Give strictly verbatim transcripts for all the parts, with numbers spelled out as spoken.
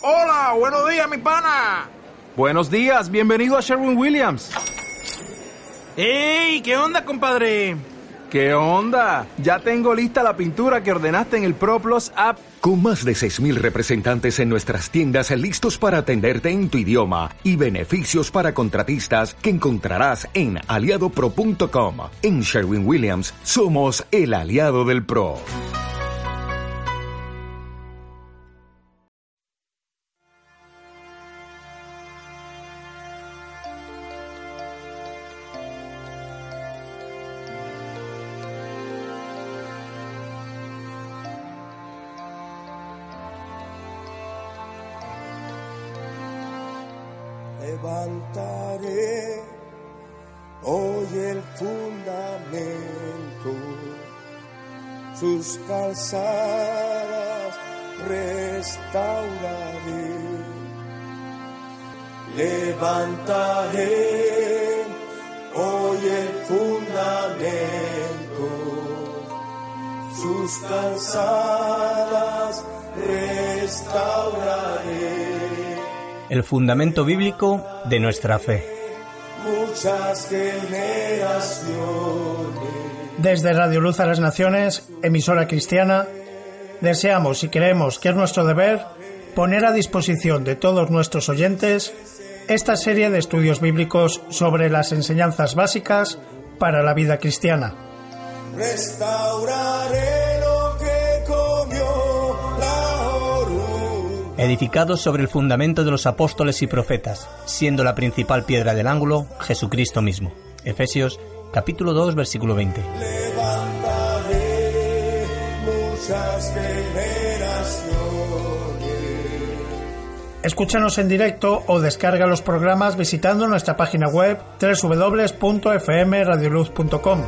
Hola, buenos días, mi pana. Buenos días, bienvenido a Sherwin-Williams. ¡Ey! ¿Qué onda, compadre? ¿Qué onda? Ya tengo lista la pintura que ordenaste en el ProPlus app. Con más de seis mil representantes en nuestras tiendas listos para atenderte en tu idioma y beneficios para contratistas que encontrarás en aliado pro punto com. En Sherwin-Williams somos el aliado del pro. Levantaré hoy el fundamento, sus calzadas restauraré. Levantaré hoy el fundamento, sus calzadas restauraré. El fundamento bíblico de nuestra fe. Muchas generaciones. Desde Radio Luz a las Naciones, emisora cristiana, deseamos y creemos que es nuestro deber poner a disposición de todos nuestros oyentes esta serie de estudios bíblicos sobre las enseñanzas básicas para la vida cristiana. Restauraré lo que comió la oruga. Edificados sobre el fundamento de los apóstoles y profetas, siendo la principal piedra del ángulo Jesucristo mismo. Efesios capítulo dos, versículo veinte. Levantaré muchas generaciones. Escúchanos en directo o descarga los programas visitando nuestra página web doble u doble u doble u punto efe eme radio luz punto com.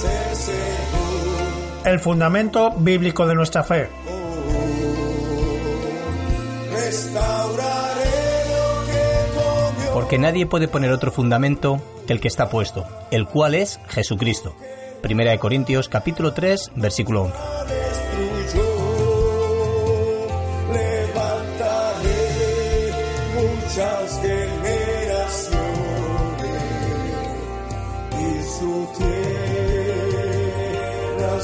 El fundamento bíblico de nuestra fe. Porque nadie puede poner otro fundamento que el que está puesto, el cual es Jesucristo. Primera de Corintios capítulo tres, versículo once. Muchas generaciones y su tierra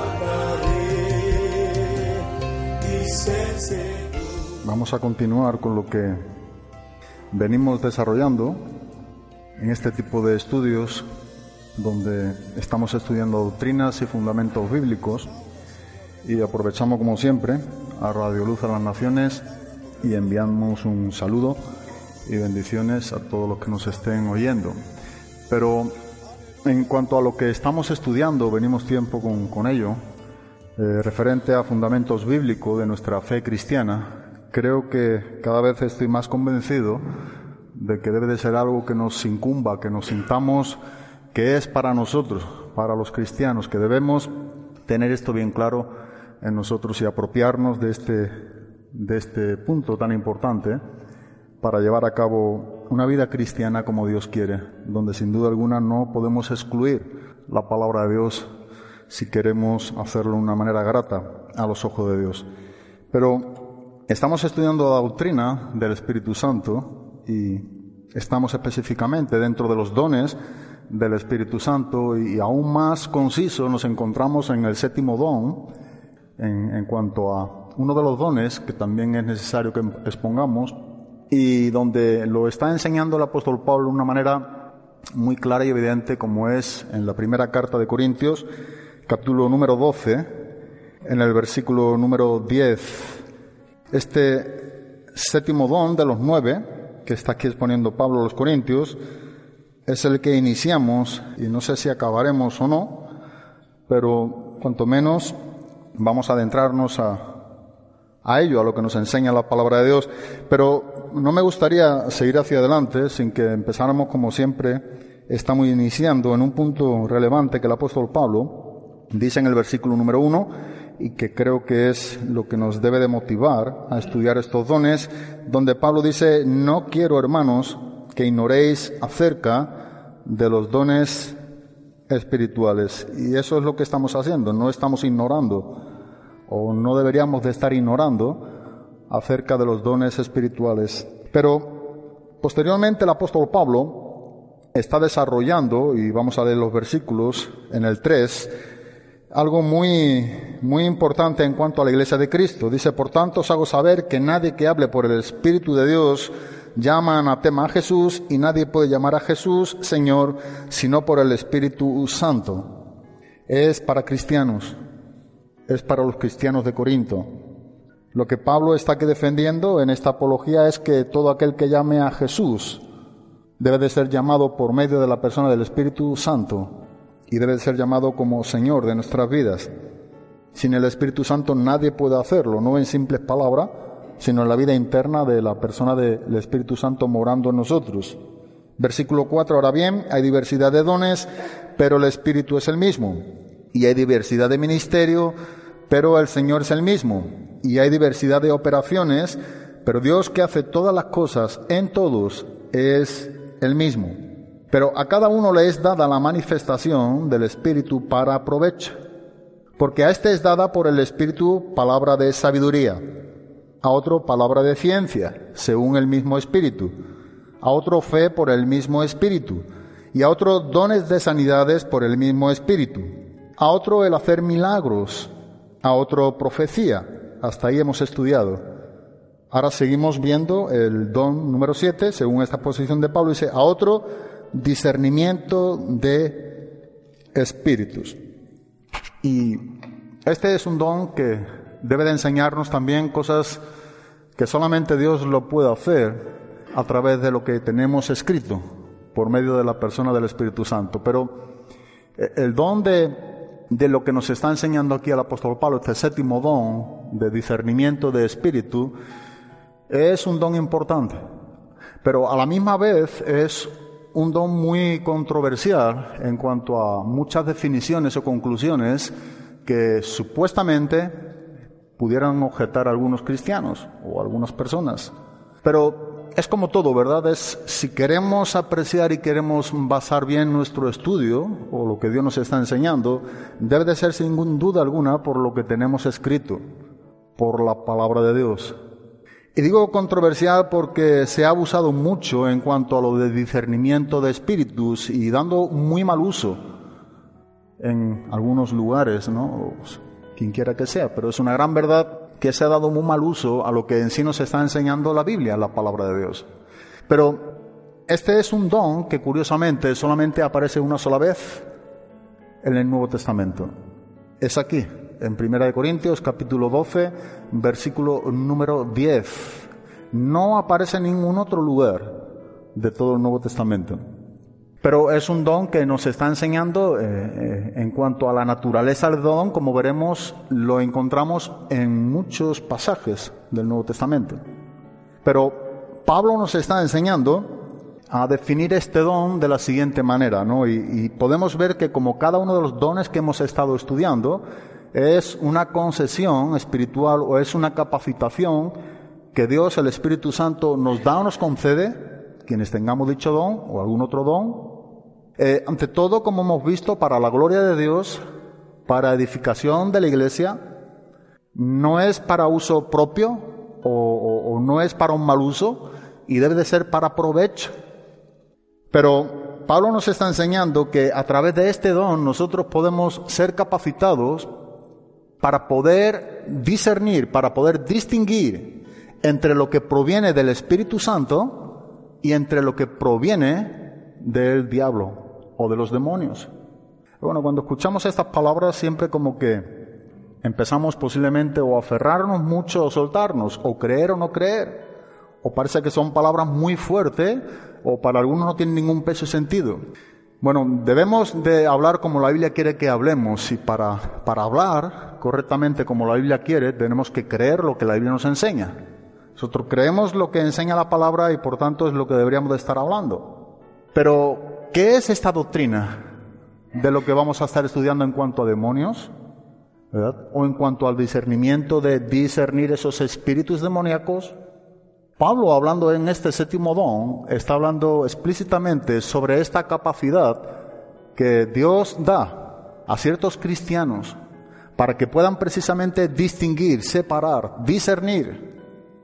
sanaré, dice el Señor. Vamos a continuar con lo que venimos desarrollando en este tipo de estudios donde estamos estudiando doctrinas y fundamentos bíblicos, y aprovechamos como siempre a Radio Luz a las Naciones y enviamos un saludo y bendiciones a todos los que nos estén oyendo. Pero en cuanto a lo que estamos estudiando, venimos tiempo con, con ello, eh, referente a fundamentos bíblicos de nuestra fe cristiana, creo que cada vez estoy más convencido de que debe de ser algo que nos incumba, que nos sintamos que es para nosotros, para los cristianos, que debemos tener esto bien claro en nosotros y apropiarnos de este de este punto tan importante para llevar a cabo una vida cristiana como Dios quiere, donde sin duda alguna no podemos excluir la palabra de Dios si queremos hacerlo de una manera grata a los ojos de Dios. Pero estamos estudiando la doctrina del Espíritu Santo y estamos específicamente dentro de los dones del Espíritu Santo, y aún más conciso nos encontramos en el séptimo don en, en cuanto a uno de los dones que también es necesario que expongamos, y donde lo está enseñando el apóstol Pablo de una manera muy clara y evidente, como es en la primera carta de Corintios, capítulo número doce, en el versículo número diez. Este séptimo don de los nueve, que está aquí exponiendo Pablo a los Corintios, es el que iniciamos, y no sé si acabaremos o no, pero cuanto menos vamos a adentrarnos a a ello, a lo que nos enseña la palabra de Dios. Pero no me gustaría seguir hacia adelante sin que empezáramos, como siempre estamos iniciando, en un punto relevante que el apóstol Pablo dice en el versículo número uno, y que creo que es lo que nos debe de motivar a estudiar estos dones, donde Pablo dice: no quiero, hermanos, que ignoréis acerca de los dones espirituales. Y eso es lo que estamos haciendo, no estamos ignorando, o no deberíamos de estar ignorando acerca de los dones espirituales. Pero posteriormente el apóstol Pablo está desarrollando, y vamos a leer los versículos en el tres, algo muy, muy importante en cuanto a la Iglesia de Cristo. Dice: por tanto os hago saber que nadie que hable por el Espíritu de Dios llama anatema a Jesús, y nadie puede llamar a Jesús Señor sino por el Espíritu Santo. Es para cristianos, es para los cristianos de Corinto. Lo que Pablo está aquí defendiendo en esta apología es que todo aquel que llame a Jesús debe de ser llamado por medio de la persona del Espíritu Santo y debe de ser llamado como Señor de nuestras vidas. Sin el Espíritu Santo nadie puede hacerlo, no en simples palabras, sino en la vida interna de la persona del Espíritu Santo morando en nosotros. Versículo cuatro, ahora bien, hay diversidad de dones, pero el Espíritu es el mismo. Y hay diversidad de ministerio, pero el Señor es el mismo. Y hay diversidad de operaciones, pero Dios, que hace todas las cosas en todos, es el mismo. Pero a cada uno le es dada la manifestación del Espíritu para provecho. Porque a este es dada por el Espíritu palabra de sabiduría, a otro palabra de ciencia, según el mismo Espíritu, a otro fe por el mismo Espíritu, y a otro dones de sanidades por el mismo Espíritu, a otro el hacer milagros, a otro profecía. Hasta ahí hemos estudiado. Ahora seguimos viendo el don número siete, según esta posición de Pablo, dice: a otro discernimiento de espíritus. Y este es un don que debe de enseñarnos también cosas que solamente Dios lo puede hacer a través de lo que tenemos escrito, por medio de la persona del Espíritu Santo. Pero el don de, de lo que nos está enseñando aquí el apóstol Pablo, este séptimo don de discernimiento de espíritu, es un don importante, pero a la misma vez es un don muy controversial en cuanto a muchas definiciones o conclusiones que supuestamente pudieran objetar algunos cristianos o algunas personas. Pero es como todo, ¿verdad? Es, si queremos apreciar y queremos basar bien nuestro estudio o lo que Dios nos está enseñando, debe de ser sin duda alguna por lo que tenemos escrito, por la palabra de Dios. Y digo controversial porque se ha abusado mucho en cuanto a lo de discernimiento de espíritus y dando muy mal uso en algunos lugares, ¿no? Quien quiera que sea, pero es una gran verdad que se ha dado muy mal uso a lo que en sí nos está enseñando la Biblia, la palabra de Dios. Pero este es un don que curiosamente solamente aparece una sola vez en el Nuevo Testamento. Es aquí, en Primera de Corintios, capítulo doce, versículo número diez. No aparece en ningún otro lugar de todo el Nuevo Testamento. Pero es un don que nos está enseñando eh, eh, en cuanto a la naturaleza del don, como veremos, lo encontramos en muchos pasajes del Nuevo Testamento. Pero Pablo nos está enseñando a definir este don de la siguiente manera, ¿no? Y, y podemos ver que como cada uno de los dones que hemos estado estudiando es una concesión espiritual o es una capacitación que Dios, el Espíritu Santo, nos da o nos concede, quienes tengamos dicho don o algún otro don, eh, ante todo, como hemos visto, para la gloria de Dios, para edificación de la iglesia. No es para uso propio o, o, o no es para un mal uso, y debe de ser para provecho. Pero Pablo nos está enseñando que a través de este don nosotros podemos ser capacitados para poder discernir, para poder distinguir entre lo que proviene del Espíritu Santo y entre lo que proviene del diablo o de los demonios. Bueno, cuando escuchamos estas palabras siempre como que empezamos posiblemente o a aferrarnos mucho o soltarnos, o creer o no creer, o parece que son palabras muy fuertes, o para algunos no tienen ningún peso y sentido. Bueno, debemos de hablar como la Biblia quiere que hablemos, y para, para hablar correctamente como la Biblia quiere, tenemos que creer lo que la Biblia nos enseña. Nosotros creemos lo que enseña la palabra y por tanto es lo que deberíamos de estar hablando. Pero, ¿qué es esta doctrina de lo que vamos a estar estudiando en cuanto a demonios? ¿Verdad? O en cuanto al discernimiento de discernir esos espíritus demoníacos. Pablo, hablando en este séptimo don, está hablando explícitamente sobre esta capacidad que Dios da a ciertos cristianos para que puedan precisamente distinguir, separar, discernir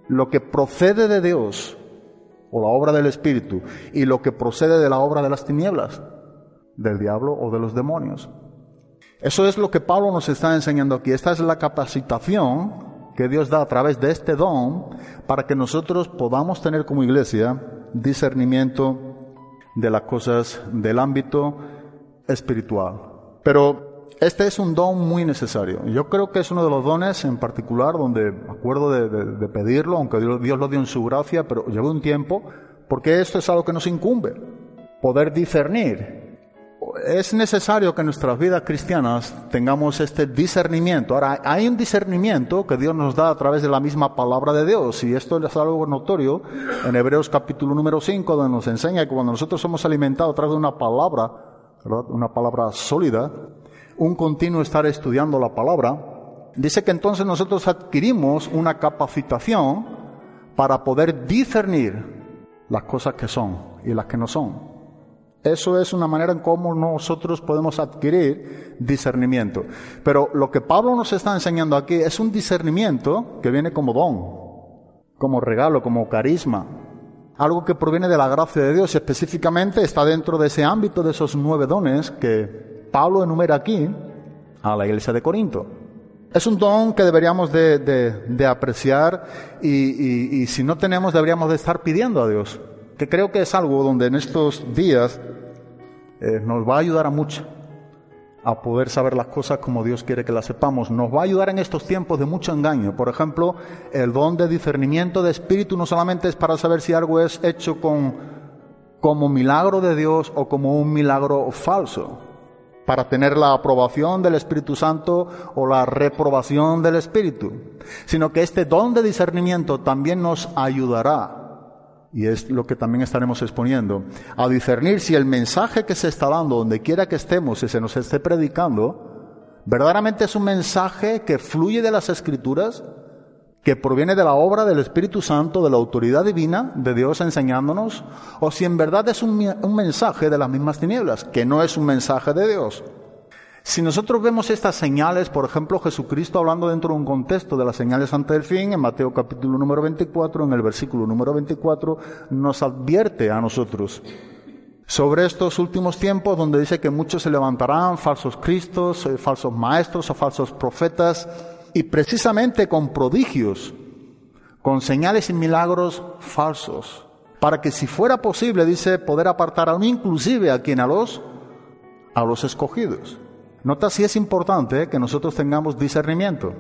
lo que procede de Dios, o la obra del Espíritu, y lo que procede de la obra de las tinieblas, del diablo o de los demonios. Eso es lo que Pablo nos está enseñando aquí. Esta es la capacitación que Dios da a través de este don para que nosotros podamos tener como iglesia discernimiento de las cosas del ámbito espiritual. Pero este es un don muy necesario. Yo creo que es uno de los dones en particular donde me acuerdo de, de, de pedirlo, aunque Dios, Dios lo dio en su gracia, pero llevó un tiempo, porque esto es algo que nos incumbe, poder discernir. Es necesario que en nuestras vidas cristianas tengamos este discernimiento. Ahora, hay un discernimiento que Dios nos da a través de la misma palabra de Dios, y esto es algo notorio en Hebreos capítulo número cinco, donde nos enseña que cuando nosotros somos alimentados a través de una palabra, ¿verdad?, una palabra sólida, un continuo estar estudiando la palabra, dice que entonces nosotros adquirimos una capacitación para poder discernir las cosas que son y las que no son. Eso es una manera en cómo nosotros podemos adquirir discernimiento. Pero lo que Pablo nos está enseñando aquí es un discernimiento que viene como don, como regalo, como carisma. Algo que proviene de la gracia de Dios, y específicamente está dentro de ese ámbito de esos nueve dones que Pablo enumera aquí a la iglesia de Corinto. Es un don que deberíamos de, de, de apreciar y, y, y si no tenemos deberíamos de estar pidiendo a Dios, que creo que es algo donde en estos días eh, nos va a ayudar a mucho a poder saber las cosas como Dios quiere que las sepamos. Nos va a ayudar en estos tiempos de mucho engaño. Por ejemplo, el don de discernimiento de espíritu no solamente es para saber si algo es hecho con, como milagro de Dios o como un milagro falso, para tener la aprobación del Espíritu Santo o la reprobación del Espíritu, sino que este don de discernimiento también nos ayudará, y es lo que también estaremos exponiendo, a discernir si el mensaje que se está dando, donde quiera que estemos y se nos esté predicando, verdaderamente es un mensaje que fluye de las Escrituras, que proviene de la obra del Espíritu Santo, de la autoridad divina de Dios enseñándonos, o si en verdad es un, un mensaje de las mismas tinieblas, que no es un mensaje de Dios. Si nosotros vemos estas señales, por ejemplo, Jesucristo hablando dentro de un contexto de las señales ante el fin, en Mateo capítulo número veinticuatro, en el versículo número veinticuatro, nos advierte a nosotros sobre estos últimos tiempos, donde dice que muchos se levantarán, falsos cristos, eh, falsos maestros o falsos profetas, y precisamente con prodigios, con señales y milagros falsos, para que si fuera posible, dice, poder apartar aún inclusive a quien a los, a los escogidos. Nota si es importante, ¿eh?, que nosotros tengamos discernimiento.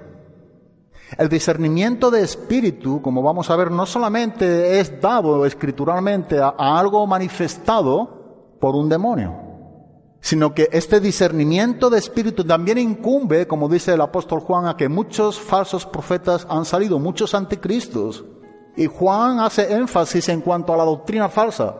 El discernimiento de espíritu, como vamos a ver, no solamente es dado escrituralmente a, a algo manifestado por un demonio, sino que este discernimiento de espíritu también incumbe, como dice el apóstol Juan, a que muchos falsos profetas han salido, muchos anticristos. Y Juan hace énfasis en cuanto a la doctrina falsa,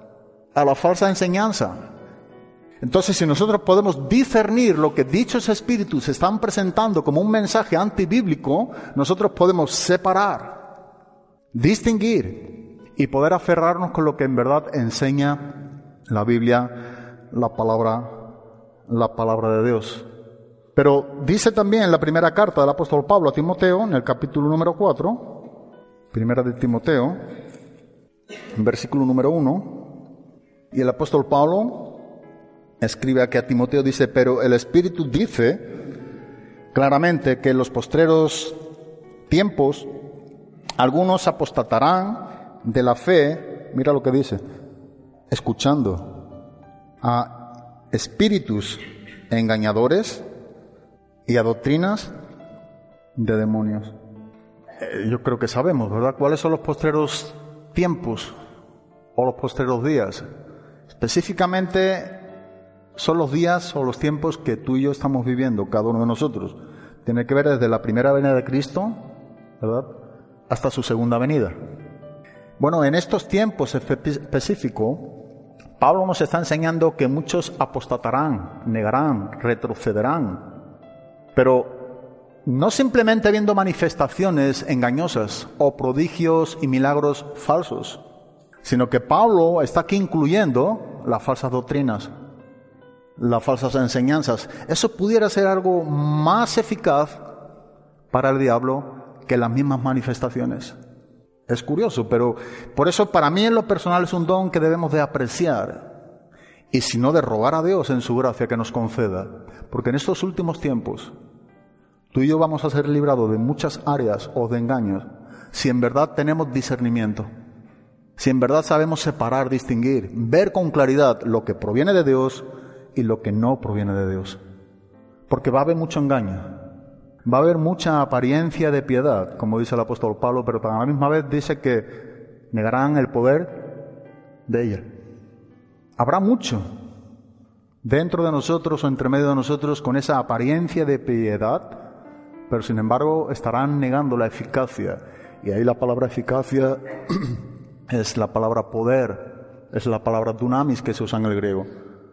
a la falsa enseñanza. Entonces, si nosotros podemos discernir lo que dichos espíritus están presentando como un mensaje antibíblico, nosotros podemos separar, distinguir y poder aferrarnos con lo que en verdad enseña la Biblia, la palabra, la palabra de Dios. Pero dice también en la primera carta del apóstol Pablo a Timoteo, en el capítulo número cuatro, primera de Timoteo, en versículo número uno, y el apóstol Pablo escribe aquí a Timoteo, dice, pero el Espíritu dice claramente que en los postreros tiempos algunos apostatarán de la fe, mira lo que dice, escuchando a espíritus engañadores y a doctrinas de demonios. Eh, yo creo que sabemos, ¿verdad?, cuáles son los postreros tiempos o los postreros días. Específicamente son los días o los tiempos que tú y yo estamos viviendo, cada uno de nosotros. Tiene que ver desde la primera venida de Cristo, ¿verdad?, hasta su segunda venida. Bueno, en estos tiempos específicos, Pablo nos está enseñando que muchos apostatarán, negarán, retrocederán. Pero no simplemente viendo manifestaciones engañosas o prodigios y milagros falsos, sino que Pablo está aquí incluyendo las falsas doctrinas, las falsas enseñanzas. Eso pudiera ser algo más eficaz para el diablo que las mismas manifestaciones. Es curioso, pero por eso para mí en lo personal es un don que debemos de apreciar y si no de rogar a Dios en su gracia que nos conceda, porque en estos últimos tiempos tú y yo vamos a ser librados de muchas áreas o de engaños si en verdad tenemos discernimiento, si en verdad sabemos separar, distinguir, ver con claridad lo que proviene de Dios y lo que no proviene de Dios. Porque va a haber mucho engaño, va a haber mucha apariencia de piedad, como dice el apóstol Pablo, pero a la misma vez dice que negarán el poder de ella. Habrá mucho dentro de nosotros o entre medio de nosotros con esa apariencia de piedad, pero sin embargo estarán negando la eficacia. Y ahí la palabra eficacia es la palabra poder, es la palabra dunamis que se usa en el griego.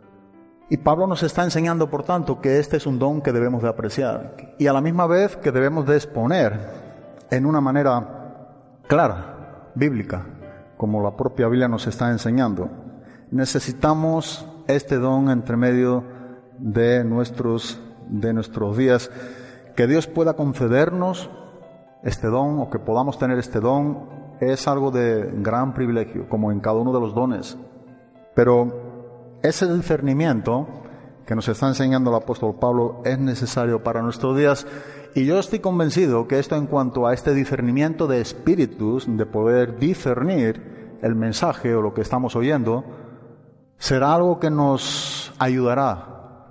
Y Pablo nos está enseñando, por tanto, que este es un don que debemos de apreciar y a la misma vez que debemos de exponer en una manera clara, bíblica, como la propia Biblia nos está enseñando. Necesitamos este don entre medio de nuestros, de nuestros días, que Dios pueda concedernos este don o que podamos tener este don es algo de gran privilegio, como en cada uno de los dones. Pero ese discernimiento que nos está enseñando el apóstol Pablo es necesario para nuestros días y yo estoy convencido que esto en cuanto a este discernimiento de espíritus, de poder discernir el mensaje o lo que estamos oyendo, será algo que nos ayudará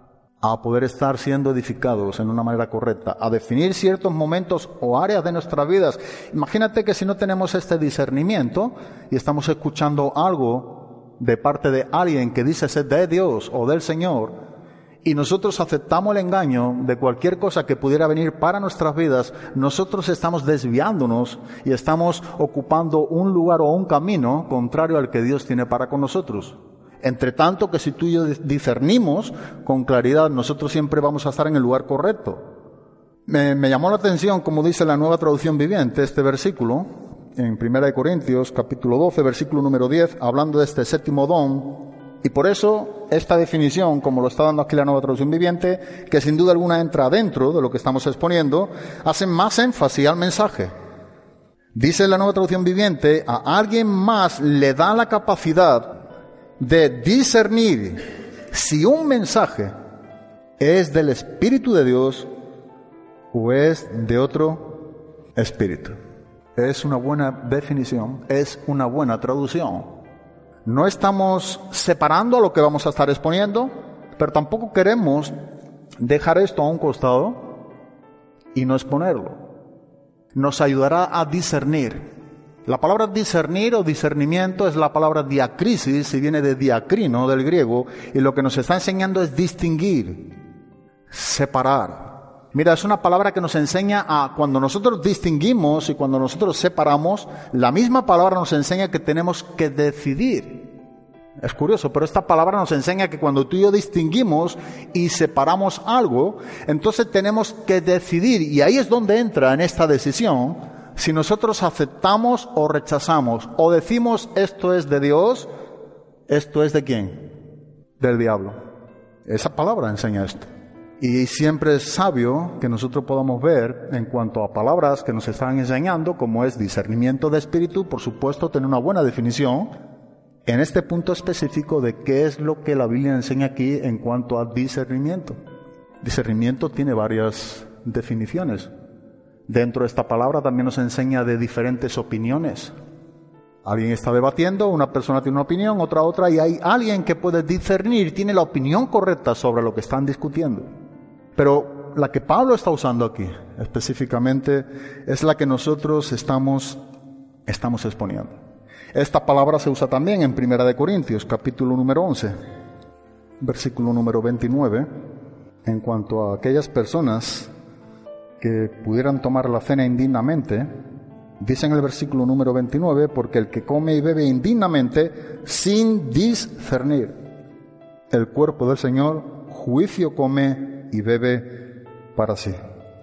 a poder estar siendo edificados en una manera correcta, a definir ciertos momentos o áreas de nuestras vidas. Imagínate que si no tenemos este discernimiento y estamos escuchando algo de parte de alguien que dice ser de Dios o del Señor, y nosotros aceptamos el engaño de cualquier cosa que pudiera venir para nuestras vidas, nosotros estamos desviándonos y estamos ocupando un lugar o un camino contrario al que Dios tiene para con nosotros. Entre tanto que si tú y yo discernimos con claridad, nosotros siempre vamos a estar en el lugar correcto. Me, me llamó la atención, como dice la Nueva Traducción Viviente, este versículo, en Primera de Corintios, capítulo doce, versículo número diez, hablando de este séptimo don, y por eso esta definición, como lo está dando aquí la Nueva Traducción Viviente, que sin duda alguna entra dentro de lo que estamos exponiendo, hace más énfasis al mensaje. Dice la Nueva Traducción Viviente, a alguien más le da la capacidad de discernir si un mensaje es del Espíritu de Dios o es de otro espíritu. Es una buena definición, es una buena traducción. No estamos separando a lo que vamos a estar exponiendo, pero tampoco queremos dejar esto a un costado y no exponerlo. Nos ayudará a discernir. La palabra discernir o discernimiento es la palabra diacrisis, y viene de diacrino, del griego, y lo que nos está enseñando es distinguir, separar. Mira, es una palabra que nos enseña a, cuando nosotros distinguimos y cuando nosotros separamos, la misma palabra nos enseña que tenemos que decidir. Es curioso, pero esta palabra nos enseña que cuando tú y yo distinguimos y separamos algo, entonces tenemos que decidir, y ahí es donde entra en esta decisión, si nosotros aceptamos o rechazamos, o decimos esto es de Dios, esto es de ¿quién? Del diablo. Esa palabra enseña esto. Y siempre es sabio que nosotros podamos ver en cuanto a palabras que nos están enseñando, como es discernimiento de espíritu, por supuesto, tener una buena definición en este punto específico de qué es lo que la Biblia enseña aquí en cuanto a discernimiento. Discernimiento tiene varias definiciones. Dentro de esta palabra también nos enseña de diferentes opiniones. Alguien está debatiendo, una persona tiene una opinión, otra otra, y hay alguien que puede discernir, tiene la opinión correcta sobre lo que están discutiendo. Pero la que Pablo está usando aquí, específicamente, es la que nosotros estamos, estamos exponiendo. Esta palabra se usa también en Primera de Corintios, capítulo número once, versículo número veintinueve, en cuanto a aquellas personas que pudieran tomar la cena indignamente. Dice en el versículo número veintinueve, porque el que come y bebe indignamente, sin discernir el cuerpo del Señor, juicio come y bebe para sí.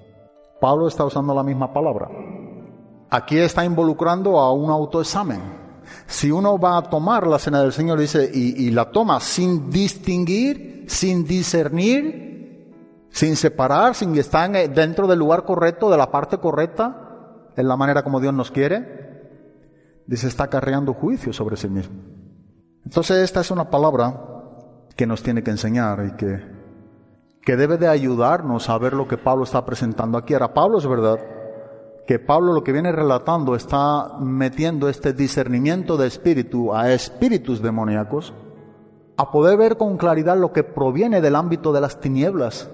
Pablo está usando la misma palabra. Aquí está involucrando a un autoexamen. Si uno va a tomar la cena del Señor, dice, y, y la toma sin distinguir, sin discernir, sin separar, sin estar dentro del lugar correcto, de la parte correcta, en la manera como Dios nos quiere, Dice, está acarreando juicio sobre sí mismo. Entonces esta es una palabra que nos tiene que enseñar y que, que debe de ayudarnos a ver lo que Pablo está presentando aquí. Ahora, Pablo es verdad que Pablo lo que viene relatando está metiendo este discernimiento de espíritu a espíritus demoníacos, a poder ver con claridad lo que proviene del ámbito de las tinieblas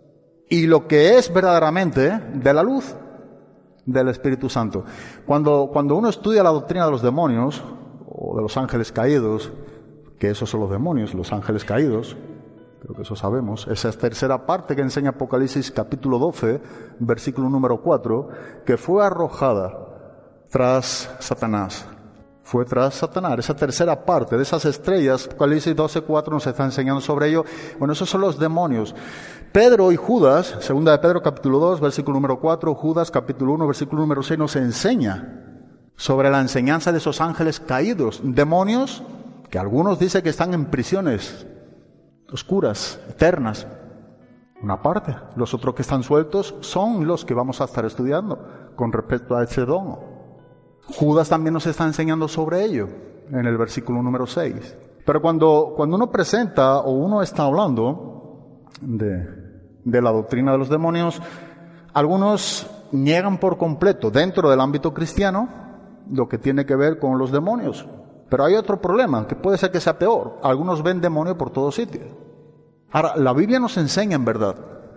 y lo que es verdaderamente de la luz del Espíritu Santo. Cuando, cuando uno estudia la doctrina de los demonios o de los ángeles caídos, que esos son los demonios, los ángeles caídos, creo que eso sabemos, esa es tercera parte que enseña Apocalipsis capítulo doce, versículo número cuatro, que fue arrojada tras Satanás. Fue tras Satanás, esa tercera parte de esas estrellas, Apocalipsis doce cuatro nos está enseñando sobre ello. Bueno, esos son los demonios. Pedro y Judas, segunda de Pedro capítulo dos, versículo número cuatro, Judas capítulo uno, versículo número seis, nos enseña sobre la enseñanza de esos ángeles caídos, demonios que algunos dicen que están en prisiones oscuras, eternas, una parte. Los otros que están sueltos son los que vamos a estar estudiando con respecto a ese don. Judas también nos está enseñando sobre ello en el versículo número seis. Pero cuando, cuando uno presenta o uno está hablando de, de la doctrina de los demonios, algunos niegan por completo dentro del ámbito cristiano lo que tiene que ver con los demonios. Pero hay otro problema, que puede ser que sea peor. Algunos ven demonio por todos sitios. Ahora, la Biblia nos enseña en verdad,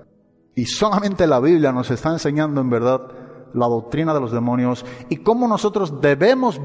y solamente la Biblia nos está enseñando en verdad la doctrina de los demonios y cómo nosotros debemos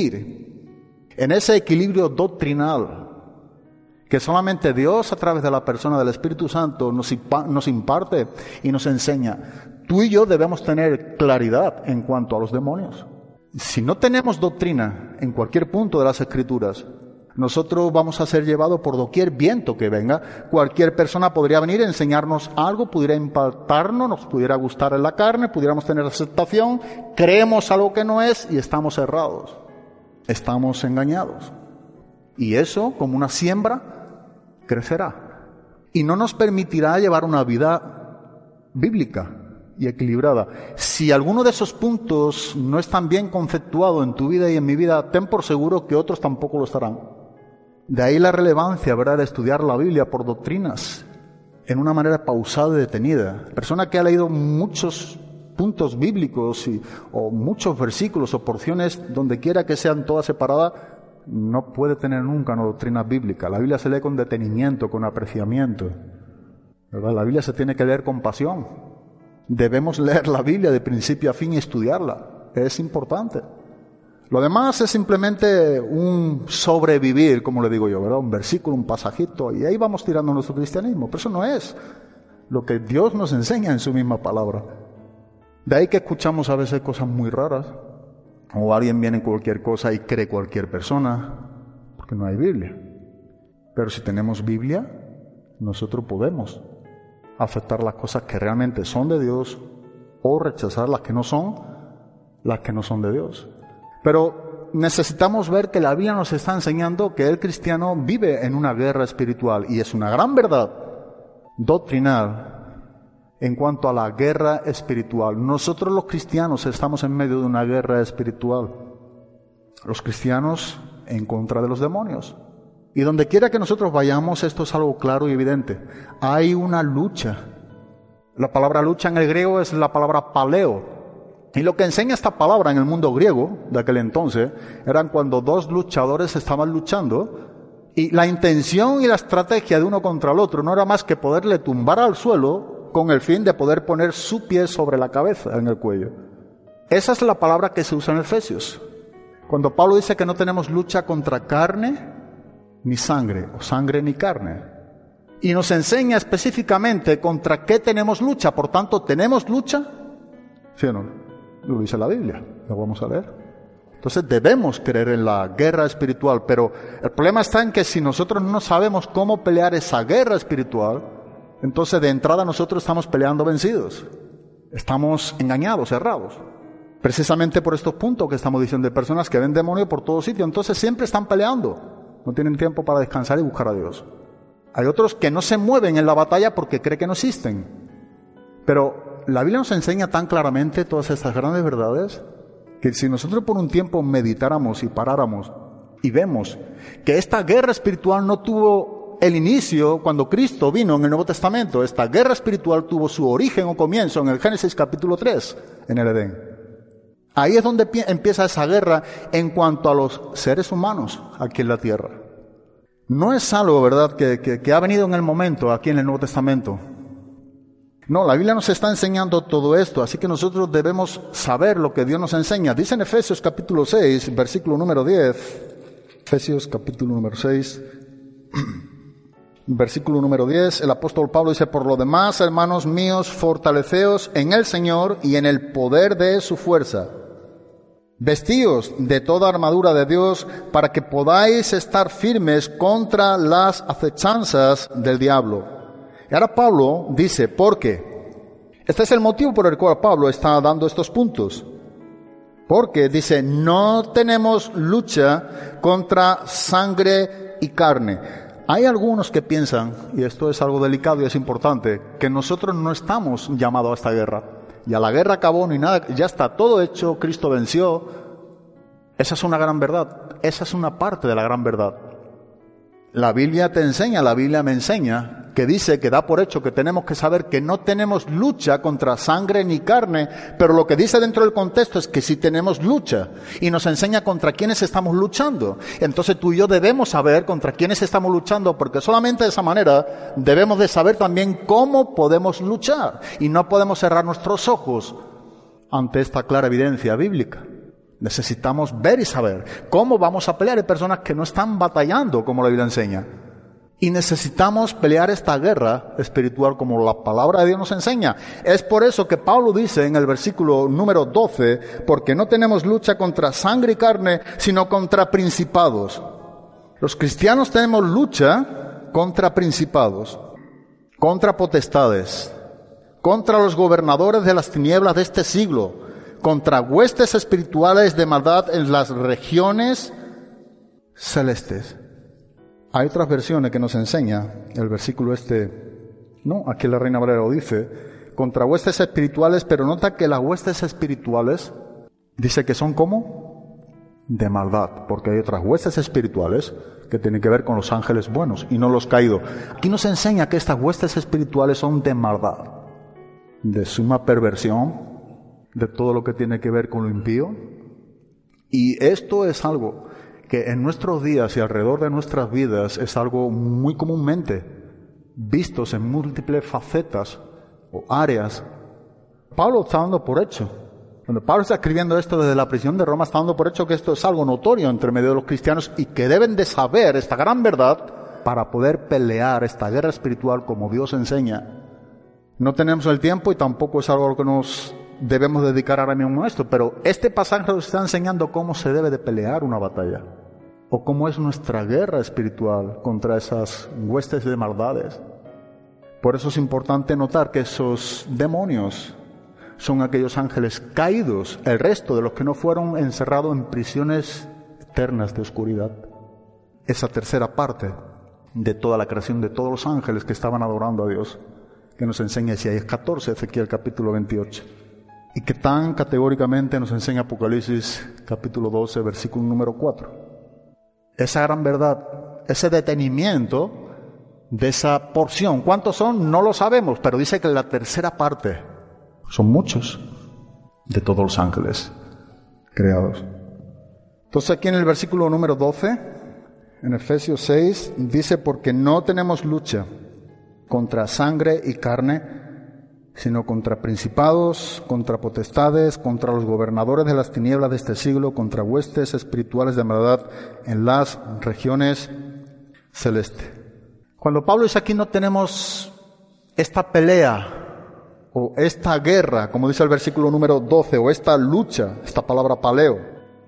vivir en ese equilibrio doctrinal que solamente Dios a través de la persona del Espíritu Santo nos, nos imparte y nos enseña. Tú y yo debemos tener claridad en cuanto a los demonios. Si no tenemos doctrina en cualquier punto de las Escrituras, nosotros vamos a ser llevados por doquier viento que venga. Cualquier persona podría venir a enseñarnos algo, pudiera impactarnos, nos pudiera gustar en la carne, pudiéramos tener aceptación, creemos algo que no es y estamos errados, estamos engañados. Y eso, como una siembra, crecerá y no nos permitirá llevar una vida bíblica y equilibrada. Si alguno de esos puntos no están bien conceptuados en tu vida y en mi vida, ten por seguro que otros tampoco lo estarán. De ahí la relevancia, ¿verdad?, de estudiar la Biblia por doctrinas, en una manera pausada y detenida. Persona que ha leído muchos puntos bíblicos y, o muchos versículos o porciones, donde quiera que sean todas separadas, no puede tener nunca una doctrina bíblica. La Biblia se lee con detenimiento, con apreciamiento, ¿verdad? La Biblia se tiene que leer con pasión. Debemos leer la Biblia de principio a fin y estudiarla. Es importante. Lo demás es simplemente un sobrevivir, como le digo yo, ¿verdad? Un versículo, un pasajito, y ahí vamos tirando nuestro cristianismo. Pero eso no es lo que Dios nos enseña en su misma palabra. De ahí que escuchamos a veces cosas muy raras, o alguien viene con cualquier cosa y cree cualquier persona, porque no hay Biblia. Pero si tenemos Biblia, nosotros podemos aceptar las cosas que realmente son de Dios o rechazar las que no son, las que no son de Dios. Pero necesitamos ver que la Biblia nos está enseñando que el cristiano vive en una guerra espiritual y es una gran verdad doctrinal en cuanto a la guerra espiritual. Nosotros los cristianos estamos en medio de una guerra espiritual. Los cristianos en contra de los demonios. Y donde quiera que nosotros vayamos, esto es algo claro y evidente. Hay una lucha. La palabra lucha en el griego es la palabra paleo. Y lo que enseña esta palabra en el mundo griego de aquel entonces, eran cuando dos luchadores estaban luchando, y la intención y la estrategia de uno contra el otro no era más que poderle tumbar al suelo con el fin de poder poner su pie sobre la cabeza, en el cuello. Esa es la palabra que se usa en Efesios. Cuando Pablo dice que no tenemos lucha contra carne ni sangre, o sangre ni carne. Y nos enseña específicamente contra qué tenemos lucha. Por tanto, ¿tenemos lucha? ¿Sí o no? Lo dice la Biblia, lo vamos a leer. Entonces debemos creer en la guerra espiritual, pero el problema está en que si nosotros no sabemos cómo pelear esa guerra espiritual, entonces de entrada nosotros estamos peleando vencidos. Estamos engañados, errados. Precisamente por estos puntos que estamos diciendo, de personas que ven demonios por todo sitio, entonces siempre están peleando. No tienen tiempo para descansar y buscar a Dios. Hay otros que no se mueven en la batalla porque creen que no existen. Pero la Biblia nos enseña tan claramente todas estas grandes verdades que si nosotros por un tiempo meditáramos y paráramos y vemos que esta guerra espiritual no tuvo el inicio cuando Cristo vino en el Nuevo Testamento, esta guerra espiritual tuvo su origen o comienzo en el Génesis capítulo tres, en el Edén. Ahí es donde empieza esa guerra en cuanto a los seres humanos aquí en la tierra. No es algo, ¿verdad?, que, que, que ha venido en el momento aquí en el Nuevo Testamento. No, la Biblia nos está enseñando todo esto, así que nosotros debemos saber lo que Dios nos enseña. Dice en Efesios capítulo seis, versículo número diez, Efesios capítulo número seis, versículo número diez, el apóstol Pablo dice: por lo demás, hermanos míos, fortaleceos en el Señor y en el poder de su fuerza. Vestíos de toda armadura de Dios para que podáis estar firmes contra las acechanzas del diablo. Y ahora Pablo dice, ¿por qué? Este es el motivo por el cual Pablo está dando estos puntos. Porque dice, no tenemos lucha contra sangre y carne. Hay algunos que piensan, y esto es algo delicado y es importante, que nosotros no estamos llamados a esta guerra. Ya la guerra acabó, ni nada, ya está todo hecho, Cristo venció. Esa es una gran verdad, esa es una parte de la gran verdad. La Biblia te enseña, la Biblia me enseña, que dice, que da por hecho que tenemos que saber que no tenemos lucha contra sangre ni carne, pero lo que dice dentro del contexto es que sí tenemos lucha, y nos enseña contra quiénes estamos luchando. Entonces tú y yo debemos saber contra quiénes estamos luchando, porque solamente de esa manera debemos de saber también cómo podemos luchar, y no podemos cerrar nuestros ojos ante esta clara evidencia bíblica. Necesitamos ver y saber cómo vamos a pelear. Hay personas que no están batallando como la Biblia enseña. Y necesitamos pelear esta guerra espiritual como la palabra de Dios nos enseña. Es por eso que Pablo dice en el versículo número doce, porque no tenemos lucha contra sangre y carne, sino contra principados. Los cristianos tenemos lucha contra principados, contra potestades, contra los gobernadores de las tinieblas de este siglo, contra huestes espirituales de maldad en las regiones celestes. Hay otras versiones que nos enseña el versículo este, no, aquí la Reina Valera lo dice, contra huestes espirituales, pero nota que las huestes espirituales dice que son como de maldad, porque hay otras huestes espirituales que tienen que ver con los ángeles buenos y no los caídos. Aquí nos enseña que estas huestes espirituales son de maldad, de suma perversión, de todo lo que tiene que ver con lo impío. Y esto es algo que en nuestros días y alrededor de nuestras vidas es algo muy comúnmente vistos en múltiples facetas o áreas. Pablo está dando por hecho, cuando Pablo está escribiendo esto desde la prisión de Roma, está dando por hecho que esto es algo notorio entre medio de los cristianos y que deben de saber esta gran verdad para poder pelear esta guerra espiritual como Dios enseña. No tenemos el tiempo y tampoco es algo a lo que nos debemos dedicar ahora mismo a esto, pero este pasaje nos está enseñando cómo se debe de pelear una batalla, o cómo es nuestra guerra espiritual contra esas huestes de maldades. Por eso es importante notar que esos demonios son aquellos ángeles caídos, el resto de los que no fueron encerrados en prisiones eternas de oscuridad. Esa tercera parte de toda la creación, de todos los ángeles que estaban adorando a Dios, que nos enseña Isaías catorce, Ezequiel capítulo veintiocho. Y que tan categóricamente nos enseña Apocalipsis capítulo doce, versículo número cuatro. Esa gran verdad, ese detenimiento de esa porción. ¿Cuántos son? No lo sabemos, pero dice que la tercera parte son muchos de todos los ángeles creados. Entonces aquí en el versículo número doce, en Efesios seis, dice, porque no tenemos lucha contra sangre y carne, sino contra principados, contra potestades, contra los gobernadores de las tinieblas de este siglo, contra huestes espirituales de maldad en las regiones celestes. Cuando Pablo dice aquí no tenemos esta pelea o esta guerra, como dice el versículo número doce, o esta lucha, esta palabra paleo,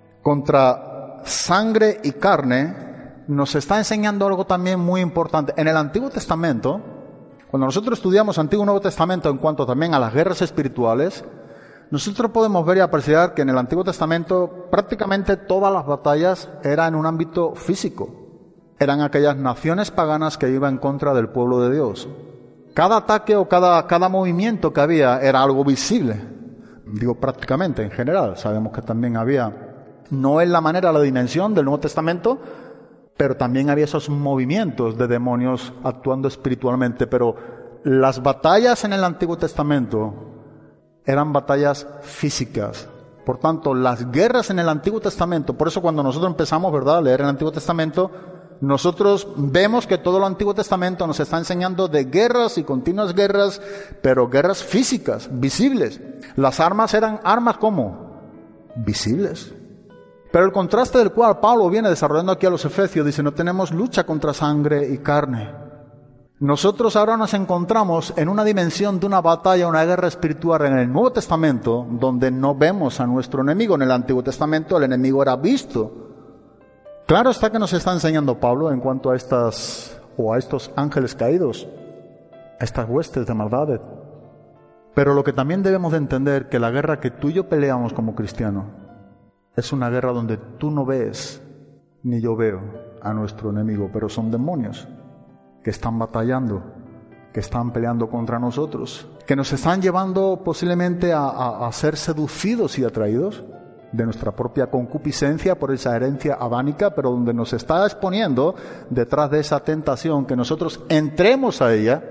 contra sangre y carne, nos está enseñando algo también muy importante. En el Antiguo Testamento, cuando nosotros estudiamos Antiguo y Nuevo Testamento en cuanto también a las guerras espirituales, nosotros podemos ver y apreciar que en el Antiguo Testamento prácticamente todas las batallas eran en un ámbito físico. Eran aquellas naciones paganas que iban en contra del pueblo de Dios. Cada ataque o cada, cada movimiento que había era algo visible. digo prácticamente, en general. Sabemos que también había, no en la manera, la dimensión del Nuevo Testamento, pero también había esos movimientos de demonios actuando espiritualmente. Pero las batallas en el Antiguo Testamento eran batallas físicas. Por tanto, las guerras en el Antiguo Testamento, por eso cuando nosotros empezamos, ¿verdad?, a leer el Antiguo Testamento, nosotros vemos que todo el Antiguo Testamento nos está enseñando de guerras y continuas guerras, pero guerras físicas, visibles. Las armas eran armas ¿cómo? Visibles. Pero el contraste del cual Pablo viene desarrollando aquí a los Efesios, dice, no tenemos lucha contra sangre y carne. Nosotros ahora nos encontramos en una dimensión de una batalla, una guerra espiritual en el Nuevo Testamento, donde no vemos a nuestro enemigo. En el Antiguo Testamento el enemigo era visto. Claro está que nos está enseñando Pablo en cuanto a estas, o a estos ángeles caídos, a estas huestes de maldad. Pero lo que también debemos de entender, que la guerra que tú y yo peleamos como cristianos, es una guerra donde tú no ves, ni yo veo a nuestro enemigo, pero son demonios que están batallando, que están peleando contra nosotros, que nos están llevando posiblemente a, a, a ser seducidos y atraídos de nuestra propia concupiscencia por esa herencia adánica, pero donde nos está exponiendo detrás de esa tentación que nosotros entremos a ella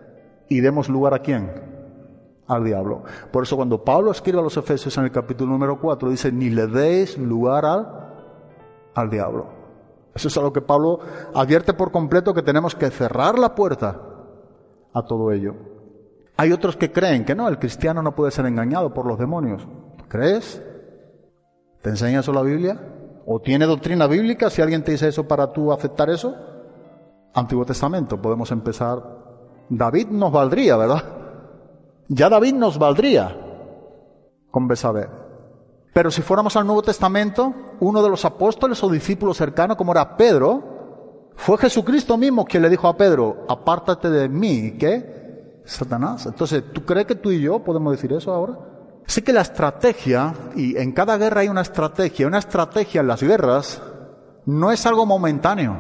y demos lugar a ¿quién? Al diablo. Por eso cuando Pablo escribe a los Efesios en el capítulo número cuatro, dice, ni le deis lugar al, al diablo. Eso es a lo que Pablo advierte por completo, que tenemos que cerrar la puerta a todo ello. Hay otros que creen que no, el cristiano no puede ser engañado por los demonios. ¿Crees? ¿Te enseña eso la Biblia? ¿O tiene doctrina bíblica? Si alguien te dice eso para tú aceptar eso. Antiguo Testamento, podemos empezar. David nos valdría, ¿verdad? Ya David nos valdría con Betsabé. Pero si fuéramos al Nuevo Testamento, uno de los apóstoles o discípulos cercanos, como era Pedro, fue Jesucristo mismo quien le dijo a Pedro, apártate de mí, ¿qué? Satanás. Entonces, ¿tú crees que tú y yo podemos decir eso ahora? Así que la estrategia, y en cada guerra hay una estrategia, una estrategia en las guerras no es algo momentáneo.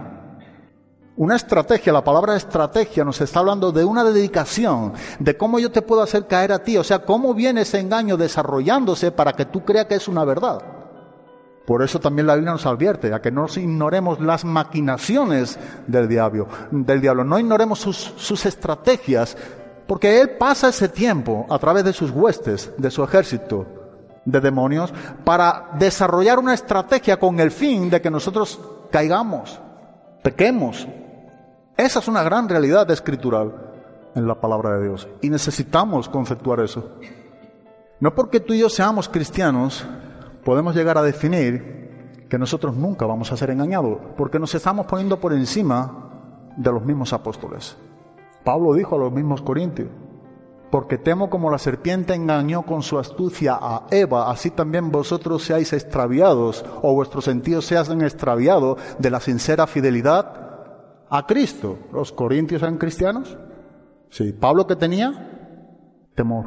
Una estrategia, la palabra estrategia nos está hablando de una dedicación, de cómo yo te puedo hacer caer a ti, o sea, cómo viene ese engaño desarrollándose para que tú creas que es una verdad. Por eso también la Biblia nos advierte a que no ignoremos las maquinaciones del diablo, del diablo, no ignoremos sus, sus estrategias, porque él pasa ese tiempo a través de sus huestes, de su ejército de demonios, para desarrollar una estrategia con el fin de que nosotros caigamos, pequemos. Esa es una gran realidad escritural en la palabra de Dios y necesitamos conceptuar eso. No porque tú y yo seamos cristianos podemos llegar a definir que nosotros nunca vamos a ser engañados, porque nos estamos poniendo por encima de los mismos apóstoles. Pablo dijo a los mismos corintios, porque temo como la serpiente engañó con su astucia a Eva, así también vosotros seáis extraviados, o vuestros sentidos sean extraviados de la sincera fidelidad a Cristo. ¿Los corintios eran cristianos? Sí. ¿Pablo qué tenía? Temor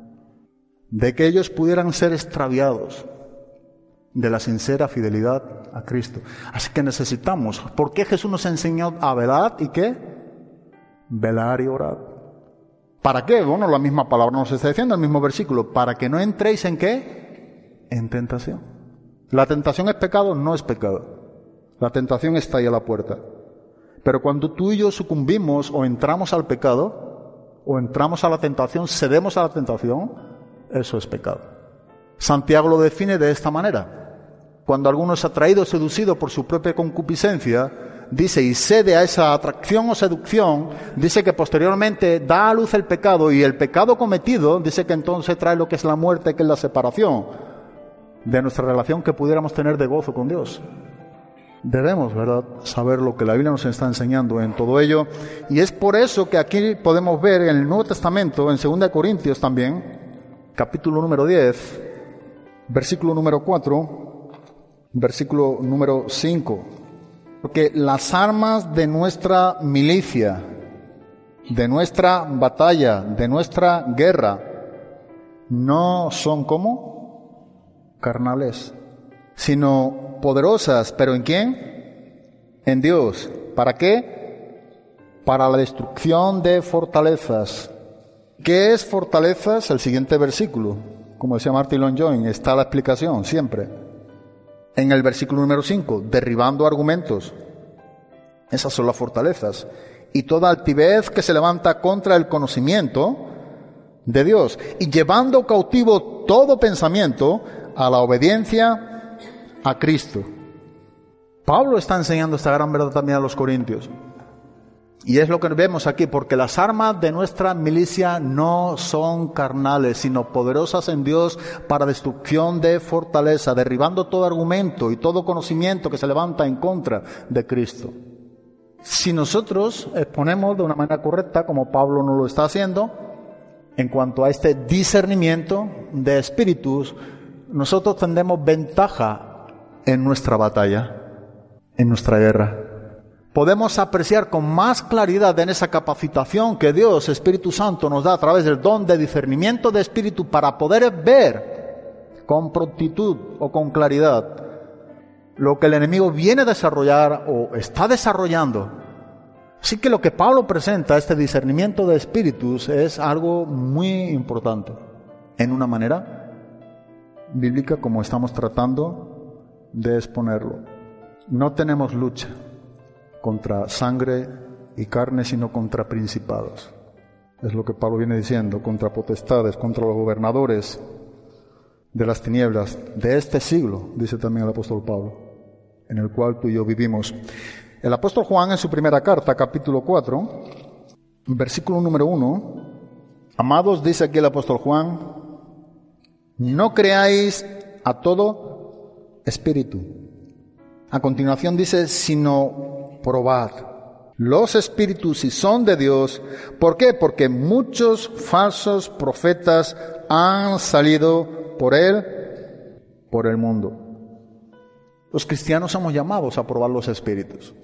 de que ellos pudieran ser extraviados de la sincera fidelidad a Cristo. Así que necesitamos, ¿por qué Jesús nos enseñó a velar y qué? Velar y orar. ¿Para qué? Bueno, la misma palabra nos está diciendo, el mismo versículo. ¿Para que no entréis en qué? En tentación. ¿La tentación es pecado? No es pecado. La tentación está ahí a la puerta. Pero cuando tú y yo sucumbimos o entramos al pecado, o entramos a la tentación, cedemos a la tentación, eso es pecado. Santiago lo define de esta manera. Cuando alguno es atraído o seducido por su propia concupiscencia, dice, y cede a esa atracción o seducción, dice que posteriormente da a luz el pecado, y el pecado cometido, dice que entonces trae lo que es la muerte, que es la separación de nuestra relación que pudiéramos tener de gozo con Dios. Debemos, ¿verdad?, saber lo que la Biblia nos está enseñando en todo ello, y es por eso que aquí podemos ver en el Nuevo Testamento, en segunda de Corintios también, capítulo número diez, versículo número cuatro, versículo número cinco. Porque las armas de nuestra milicia, de nuestra batalla, de nuestra guerra, no son como carnales, sino poderosas. ¿Pero en quién? En Dios. ¿Para qué? Para la destrucción de fortalezas. ¿Qué es fortalezas? El siguiente versículo. como decía Martin Lloyd Jones, está la explicación siempre. En el versículo número cinco, derribando argumentos. Esas son las fortalezas. Y toda altivez que se levanta contra el conocimiento de Dios. Y llevando cautivo todo pensamiento a la obediencia a Cristo. Pablo está enseñando esta gran verdad también a los corintios. Y es lo que vemos aquí, porque las armas de nuestra milicia no son carnales, sino poderosas en Dios para destrucción de fortaleza, derribando todo argumento y todo conocimiento que se levanta en contra de Cristo. Si nosotros exponemos de una manera correcta, como Pablo no lo está haciendo, en cuanto a este discernimiento de espíritus, nosotros tendremos ventaja en nuestra batalla, en nuestra guerra. Podemos apreciar con más claridad en esa capacitación que Dios, Espíritu Santo, nos da a través del don de discernimiento de espíritu para poder ver con prontitud o con claridad lo que el enemigo viene a desarrollar o está desarrollando. Así que lo que Pablo presenta, este discernimiento de espíritus, es algo muy importante en una manera bíblica como estamos tratando de exponerlo. No tenemos lucha contra sangre y carne, sino contra principados. Es lo que Pablo viene diciendo, contra potestades, contra los gobernadores de las tinieblas de este siglo, dice también el apóstol Pablo, en el cual tú y yo vivimos. El apóstol Juan, en su primera carta, capítulo cuatro, versículo número uno, amados, dice aquí el apóstol Juan, no creáis a todo espíritu. A continuación dice, sino probad los espíritus si son de Dios. ¿Por qué? Porque muchos falsos profetas han salido por él, por el mundo. Los cristianos somos llamados a probar los espíritus.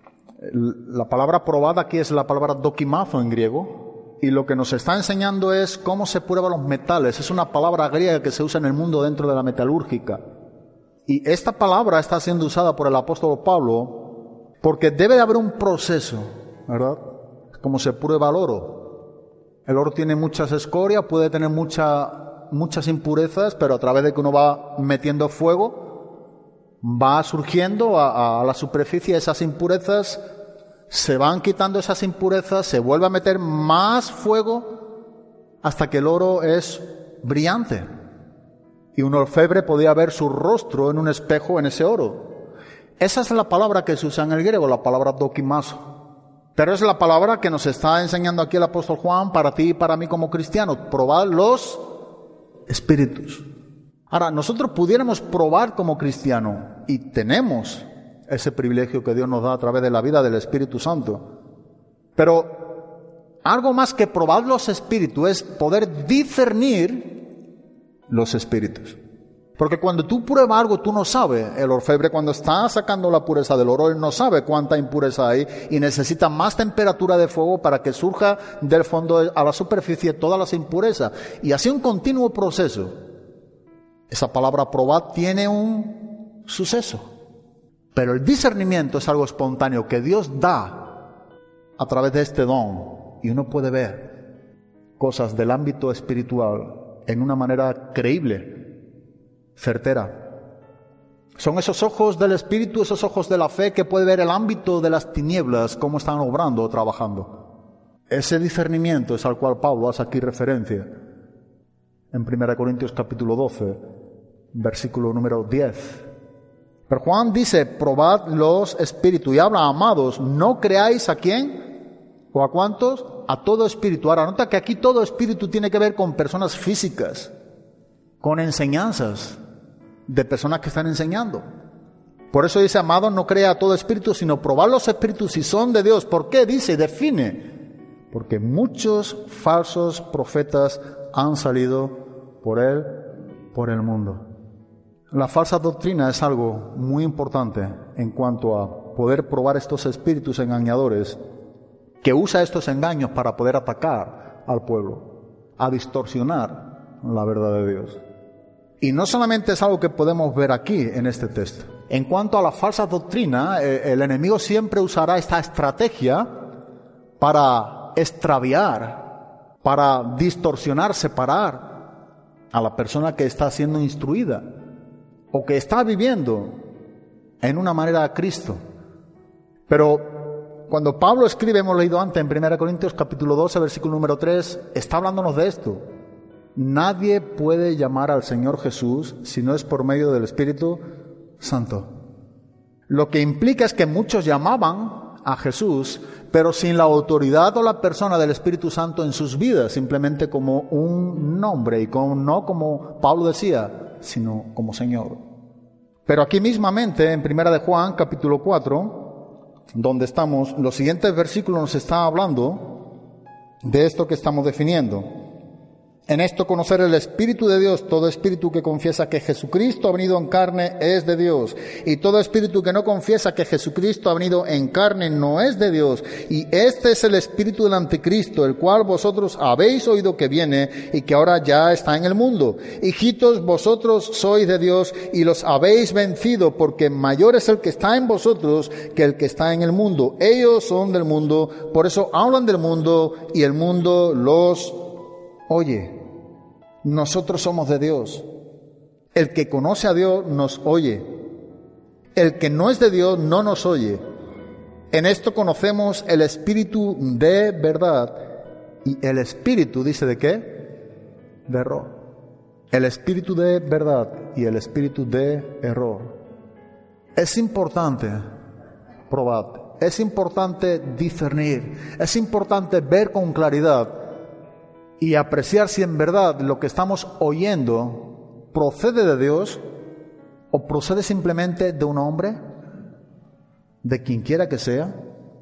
La palabra probad aquí es la palabra dokimazo en griego, y lo que nos está enseñando es cómo se prueban los metales. Es una palabra griega que se usa en el mundo dentro de la metalúrgica. Y esta palabra está siendo usada por el apóstol Pablo porque debe de haber un proceso, ¿verdad? Como se prueba el oro. El oro tiene muchas escorias, puede tener mucha, muchas impurezas, pero a través de que uno va metiendo fuego, va surgiendo a, a la superficie esas impurezas, se van quitando esas impurezas, se vuelve a meter más fuego hasta que el oro es brillante. Y un orfebre podía ver su rostro en un espejo en ese oro. Esa es la palabra que se usa en el griego, la palabra dokimazo. Pero es la palabra que nos está enseñando aquí el apóstol Juan para ti y para mí como cristianos. Probar los espíritus. Ahora, nosotros pudiéramos probar como cristiano, y tenemos ese privilegio que Dios nos da a través de la vida del Espíritu Santo. Pero algo más que probar los espíritus es poder discernir los espíritus. Porque cuando tú pruebas algo, tú no sabes. El orfebre, cuando está sacando la pureza del oro, él no sabe cuánta impureza hay y necesita más temperatura de fuego para que surja del fondo a la superficie todas las impurezas. Y así un continuo proceso. Esa palabra probar tiene un suceso. Pero el discernimiento es algo espontáneo que Dios da a través de este don. Y uno puede ver cosas del ámbito espiritual en una manera creíble, certera. Son esos ojos del Espíritu, esos ojos de la fe que puede ver el ámbito de las tinieblas, cómo están obrando o trabajando. Ese discernimiento es al cual Pablo hace aquí referencia en primera Corintios capítulo doce, versículo número diez. Pero Juan dice, probad los espíritus, y habla, amados, no creáis a quién o a cuántos, a todo espíritu. Ahora, nota que aquí todo espíritu tiene que ver con personas físicas, con enseñanzas de personas que están enseñando. Por eso dice, amado, no crea a todo espíritu, sino probar los espíritus si son de Dios. ¿Por qué? Dice, define. Porque muchos falsos profetas han salido por él, por el mundo. La falsa doctrina es algo muy importante en cuanto a poder probar estos espíritus engañadores que usa estos engaños para poder atacar al pueblo, a distorsionar la verdad de Dios. Y no solamente es algo que podemos ver aquí en este texto. En cuanto a la falsa doctrina, el enemigo siempre usará esta estrategia para extraviar, para distorsionar, separar a la persona que está siendo instruida o que está viviendo en una manera a Cristo. Pero cuando Pablo escribe, hemos leído antes en primera Corintios capítulo doce, versículo número tres, está hablándonos de esto. Nadie puede llamar al Señor Jesús si no es por medio del Espíritu Santo. Lo que implica es que muchos llamaban a Jesús, pero sin la autoridad o la persona del Espíritu Santo en sus vidas, simplemente como un nombre y con, no como Pablo decía, sino como Señor. Pero aquí mismamente, en primera de Juan, capítulo cuatro, donde estamos, los siguientes versículos nos están hablando de esto que estamos definiendo. En esto conocer el Espíritu de Dios, todo espíritu que confiesa que Jesucristo ha venido en carne es de Dios, y todo espíritu que no confiesa que Jesucristo ha venido en carne no es de Dios, y este es el espíritu del anticristo, el cual vosotros habéis oído que viene y que ahora ya está en el mundo. Hijitos, vosotros sois de Dios y los habéis vencido, porque mayor es el que está en vosotros que el que está en el mundo. Ellos son del mundo, por eso hablan del mundo y el mundo los oye. Nosotros somos de Dios. El que conoce a Dios nos oye. El que no es de Dios no nos oye. En esto conocemos el espíritu de verdad. Y el espíritu, ¿dice de qué? De error. El espíritu de verdad y el espíritu de error. Es importante probar. Es importante discernir. Es importante ver con claridad y apreciar si en verdad lo que estamos oyendo procede de Dios o procede simplemente de un hombre, de quien quiera que sea.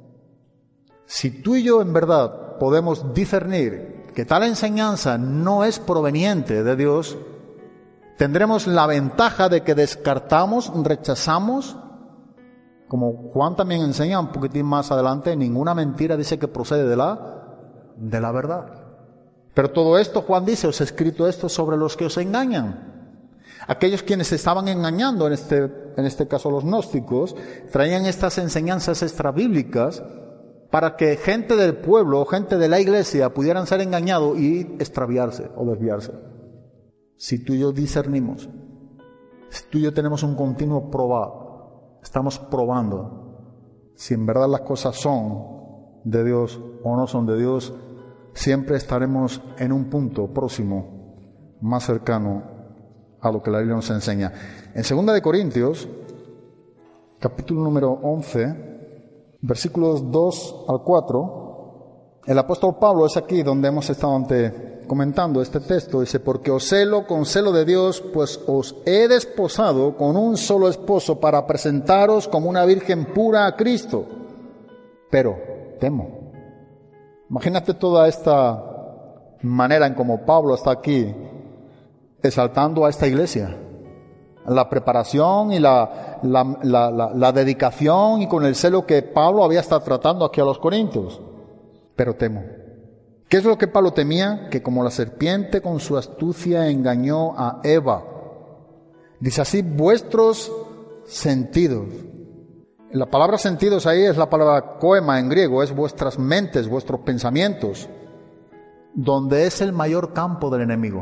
Si tú y yo en verdad podemos discernir que tal enseñanza no es proveniente de Dios, tendremos la ventaja de que descartamos, rechazamos, como Juan también enseña un poquitín más adelante, ninguna mentira dice que procede de la, de la verdad. Pero todo esto, Juan dice, os he escrito esto sobre los que os engañan. Aquellos quienes estaban engañando, en este, en este caso los gnósticos, traían estas enseñanzas extrabíblicas para que gente del pueblo, gente de la iglesia, pudieran ser engañados y extraviarse o desviarse. Si tú y yo discernimos, si tú y yo tenemos un continuo probar, estamos probando si en verdad las cosas son de Dios o no son de Dios, siempre estaremos en un punto próximo, más cercano a lo que la Biblia nos enseña. En segunda de Corintios, capítulo número once, versículos dos al cuatro, el apóstol Pablo es aquí donde hemos estado ante, comentando este texto. Dice, porque os celo con celo de Dios, pues os he desposado con un solo esposo para presentaros como una virgen pura a Cristo. Pero temo. Imagínate toda esta manera en como Pablo está aquí exaltando a esta iglesia. La preparación y la, la, la, la, la dedicación y con el celo que Pablo había estado tratando aquí a los corintios. Pero temo. ¿Qué es lo que Pablo temía? Que como la serpiente con su astucia engañó a Eva. Dice así, vuestros sentidos. La palabra sentidos ahí es la palabra koema en griego, es vuestras mentes, vuestros pensamientos, donde es el mayor campo del enemigo,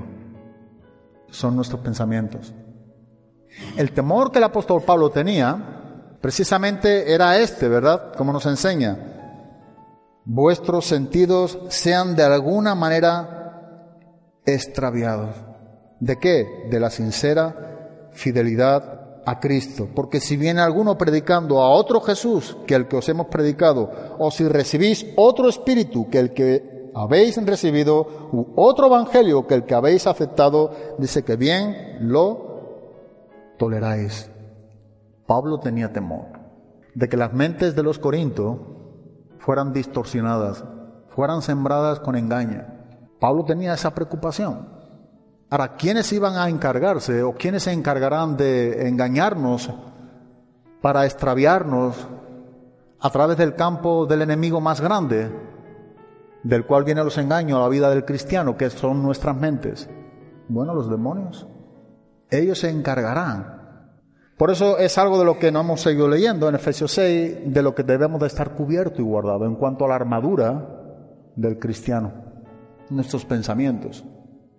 son nuestros pensamientos. El temor que el apóstol Pablo tenía, precisamente era este, ¿verdad? Como nos enseña, vuestros sentidos sean de alguna manera extraviados. ¿De qué? De la sincera fidelidad a Cristo, porque si viene alguno predicando a otro Jesús que el que os hemos predicado, o si recibís otro espíritu que el que habéis recibido, u otro evangelio que el que habéis aceptado, dice que bien lo toleráis. Pablo tenía temor de que las mentes de los corintios fueran distorsionadas, fueran sembradas con engaño. Pablo tenía esa preocupación. Ahora, ¿quiénes iban a encargarse o quiénes se encargarán de engañarnos para extraviarnos a través del campo del enemigo más grande, del cual vienen los engaños a la vida del cristiano, que son nuestras mentes? Bueno, los demonios. Ellos se encargarán. Por eso es algo de lo que no hemos seguido leyendo en Efesios seis, de lo que debemos de estar cubierto y guardado en cuanto a la armadura del cristiano, nuestros pensamientos.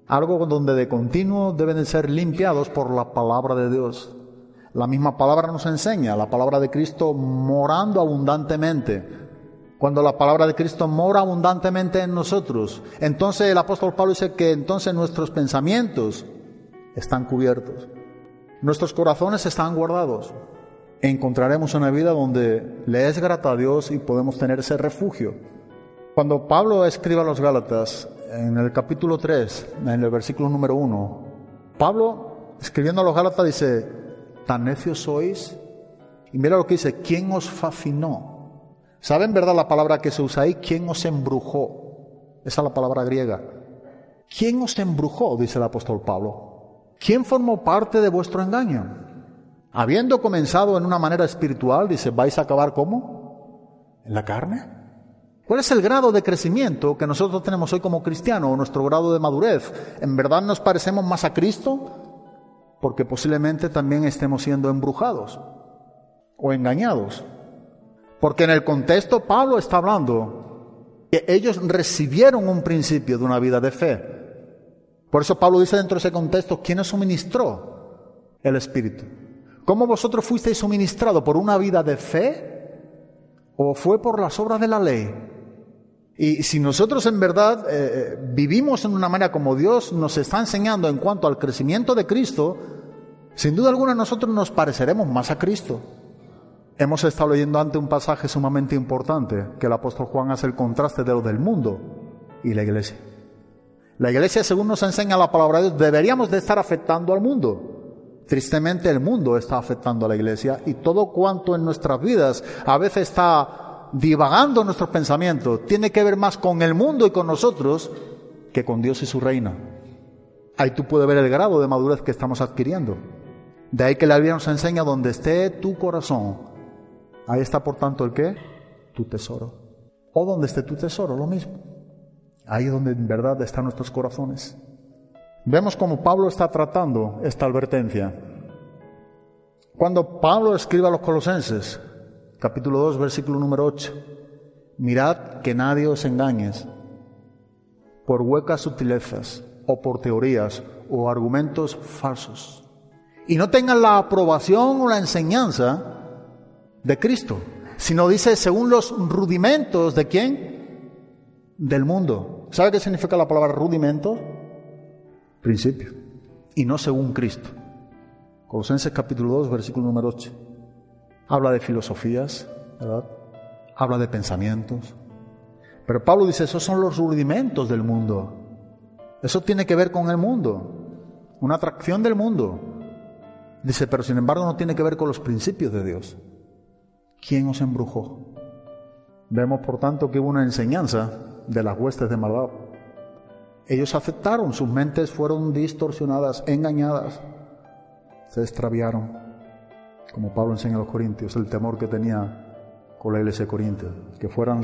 algo donde de continuo deben de ser limpiados por la palabra de Dios. La misma palabra nos enseña, la palabra de Cristo morando abundantemente. Cuando la palabra de Cristo mora abundantemente en nosotros, entonces el apóstol Pablo dice que entonces nuestros pensamientos están cubiertos, nuestros corazones están guardados. Encontraremos una vida donde le es grata a Dios y podemos tener ese refugio. Cuando Pablo escribe a los Gálatas, en el capítulo tres, en el versículo número uno, Pablo, escribiendo a los Gálatas, dice: ¿tan necios sois? Y mira lo que dice: ¿quién os fascinó? ¿Saben, verdad, la palabra que se usa ahí? ¿Quién os embrujó? Esa es la palabra griega. ¿Quién os embrujó?, dice el apóstol Pablo. ¿Quién formó parte de vuestro engaño? Habiendo comenzado en una manera espiritual, dice, ¿vais a acabar cómo? ¿En la carne? ¿Cuál es el grado de crecimiento que nosotros tenemos hoy como cristianos, o nuestro grado de madurez? ¿En verdad nos parecemos más a Cristo? Porque posiblemente también estemos siendo embrujados o engañados. Porque en el contexto Pablo está hablando que ellos recibieron un principio de una vida de fe. Por eso Pablo dice dentro de ese contexto: ¿quién os suministró el Espíritu? ¿Cómo vosotros fuisteis suministrados? ¿Por una vida de fe o fue por las obras de la ley? Y si nosotros en verdad eh, vivimos en una manera como Dios nos está enseñando en cuanto al crecimiento de Cristo, sin duda alguna nosotros nos pareceremos más a Cristo. Hemos estado leyendo antes un pasaje sumamente importante, que el apóstol Juan hace el contraste de lo del mundo y la iglesia. La iglesia, según nos enseña la palabra de Dios, deberíamos de estar afectando al mundo. Tristemente el mundo está afectando a la iglesia, y todo cuanto en nuestras vidas a veces está divagando en nuestros pensamientos tiene que ver más con el mundo y con nosotros que con Dios y su reino. Ahí tú puedes ver el grado de madurez que estamos adquiriendo. De ahí que la Biblia nos enseña: donde esté tu corazón, ahí está por tanto el ¿qué? Tu tesoro. O donde esté tu tesoro, lo mismo. Ahí es donde en verdad están nuestros corazones. Vemos cómo Pablo está tratando esta advertencia. Cuando Pablo escribe a los Colosenses, capítulo dos, versículo número ocho: mirad que nadie os engañes por huecas sutilezas o por teorías o argumentos falsos, y no tengan la aprobación o la enseñanza de Cristo, sino dice según los rudimentos ¿de quién? Del mundo. ¿Sabe qué significa la palabra rudimento? Principio. Y no según Cristo. Colosenses capítulo dos, versículo número ocho. Habla de filosofías, ¿verdad? Habla de pensamientos. Pero Pablo dice, esos son los rudimentos del mundo. Eso tiene que ver con el mundo. Una atracción del mundo. Dice, pero sin embargo no tiene que ver con los principios de Dios. ¿Quién os embrujó? Vemos por tanto que hubo una enseñanza de las huestes de maldad. Ellos aceptaron, sus mentes fueron distorsionadas, engañadas, se extraviaron. Como Pablo enseña a los Corintios, el temor que tenía con la iglesia de Corintios, que fueran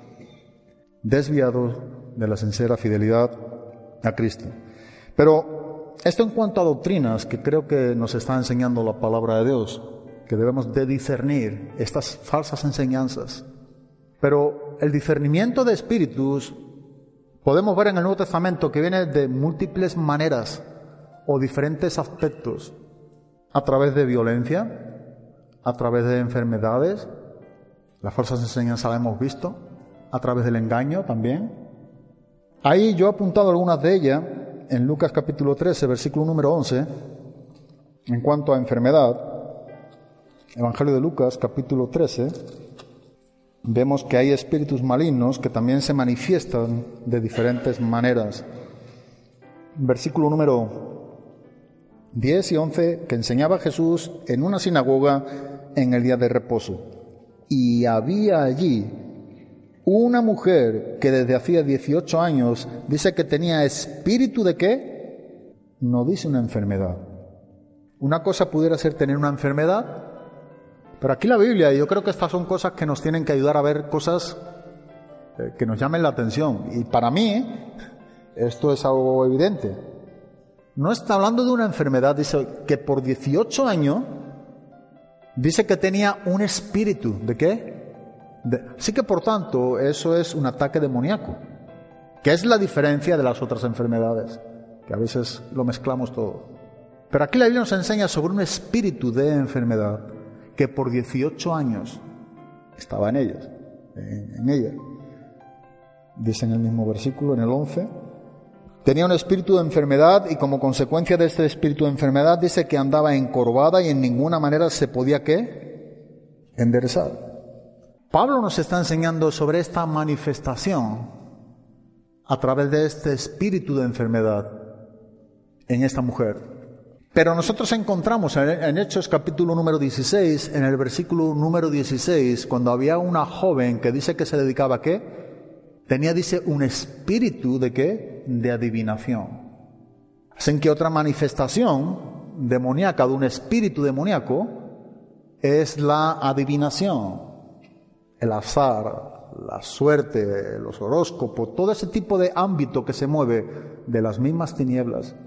desviados de la sincera fidelidad a Cristo. Pero esto en cuanto a doctrinas, que creo que nos está enseñando la palabra de Dios, que debemos de discernir estas falsas enseñanzas. Pero el discernimiento de espíritus podemos ver en el Nuevo Testamento que viene de múltiples maneras o diferentes aspectos, a través de violencia, a través de enfermedades, las falsas enseñanzas las hemos visto, a través del engaño también. Ahí yo he apuntado algunas de ellas en Lucas capítulo trece, versículo número once, en cuanto a enfermedad. Evangelio de Lucas capítulo trece, vemos que hay espíritus malignos que también se manifiestan de diferentes maneras. Versículo número diez y once, que enseñaba Jesús en una sinagoga en el día de reposo. Y había allí una mujer que desde hacía dieciocho años dice que tenía espíritu de ¿qué? No dice una enfermedad. Una cosa pudiera ser tener una enfermedad, pero aquí la Biblia, y yo creo que estas son cosas que nos tienen que ayudar a ver cosas eh, que nos llamen la atención. Y para mí, esto es algo evidente. No está hablando de una enfermedad, dice que por dieciocho años, dice que tenía un espíritu. ¿De qué? De, sí que por tanto, eso es un ataque demoníaco, que es la diferencia de las otras enfermedades. que a veces lo mezclamos todo. Pero aquí la Biblia nos enseña sobre un espíritu de enfermedad que por dieciocho años estaba en ellas, en, en ella. Dice en el mismo versículo, en el once, tenía un espíritu de enfermedad y como consecuencia de este espíritu de enfermedad dice que andaba encorvada y en ninguna manera se podía, ¿qué? Enderezar. Pablo nos está enseñando sobre esta manifestación a través de este espíritu de enfermedad en esta mujer. Pero nosotros encontramos en Hechos capítulo número dieciséis, en el versículo número dieciséis, cuando había una joven que dice que se dedicaba ¿a qué? Tenía, dice, un espíritu de ¿qué? De adivinación. Así que otra manifestación demoníaca de un espíritu demoníaco es la adivinación, el azar, la suerte, los horóscopos, todo ese tipo de ámbito que se mueve de las mismas tinieblas.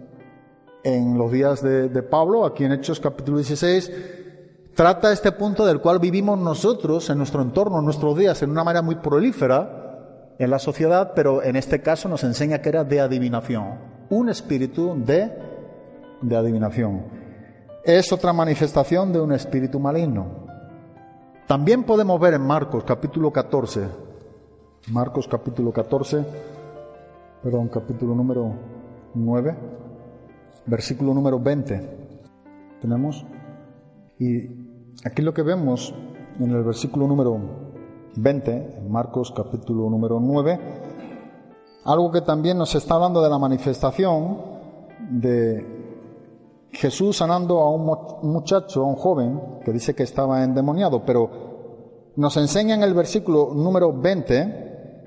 En los días de, de Pablo, aquí en Hechos capítulo dieciséis, trata este punto del cual vivimos nosotros en nuestro entorno, en nuestros días, en una manera muy prolífera en la sociedad, pero en este caso nos enseña que era de adivinación, un espíritu de, de adivinación. Es otra manifestación de un espíritu maligno. También podemos ver en Marcos capítulo catorce, Marcos capítulo catorce, perdón, capítulo número nueve, versículo número veinte. Tenemos, y aquí lo que vemos en el versículo número veinte, en Marcos capítulo número nueve, algo que también nos está hablando de la manifestación de Jesús sanando a un muchacho, a un joven, que dice que estaba endemoniado, pero nos enseña en el versículo número veinte,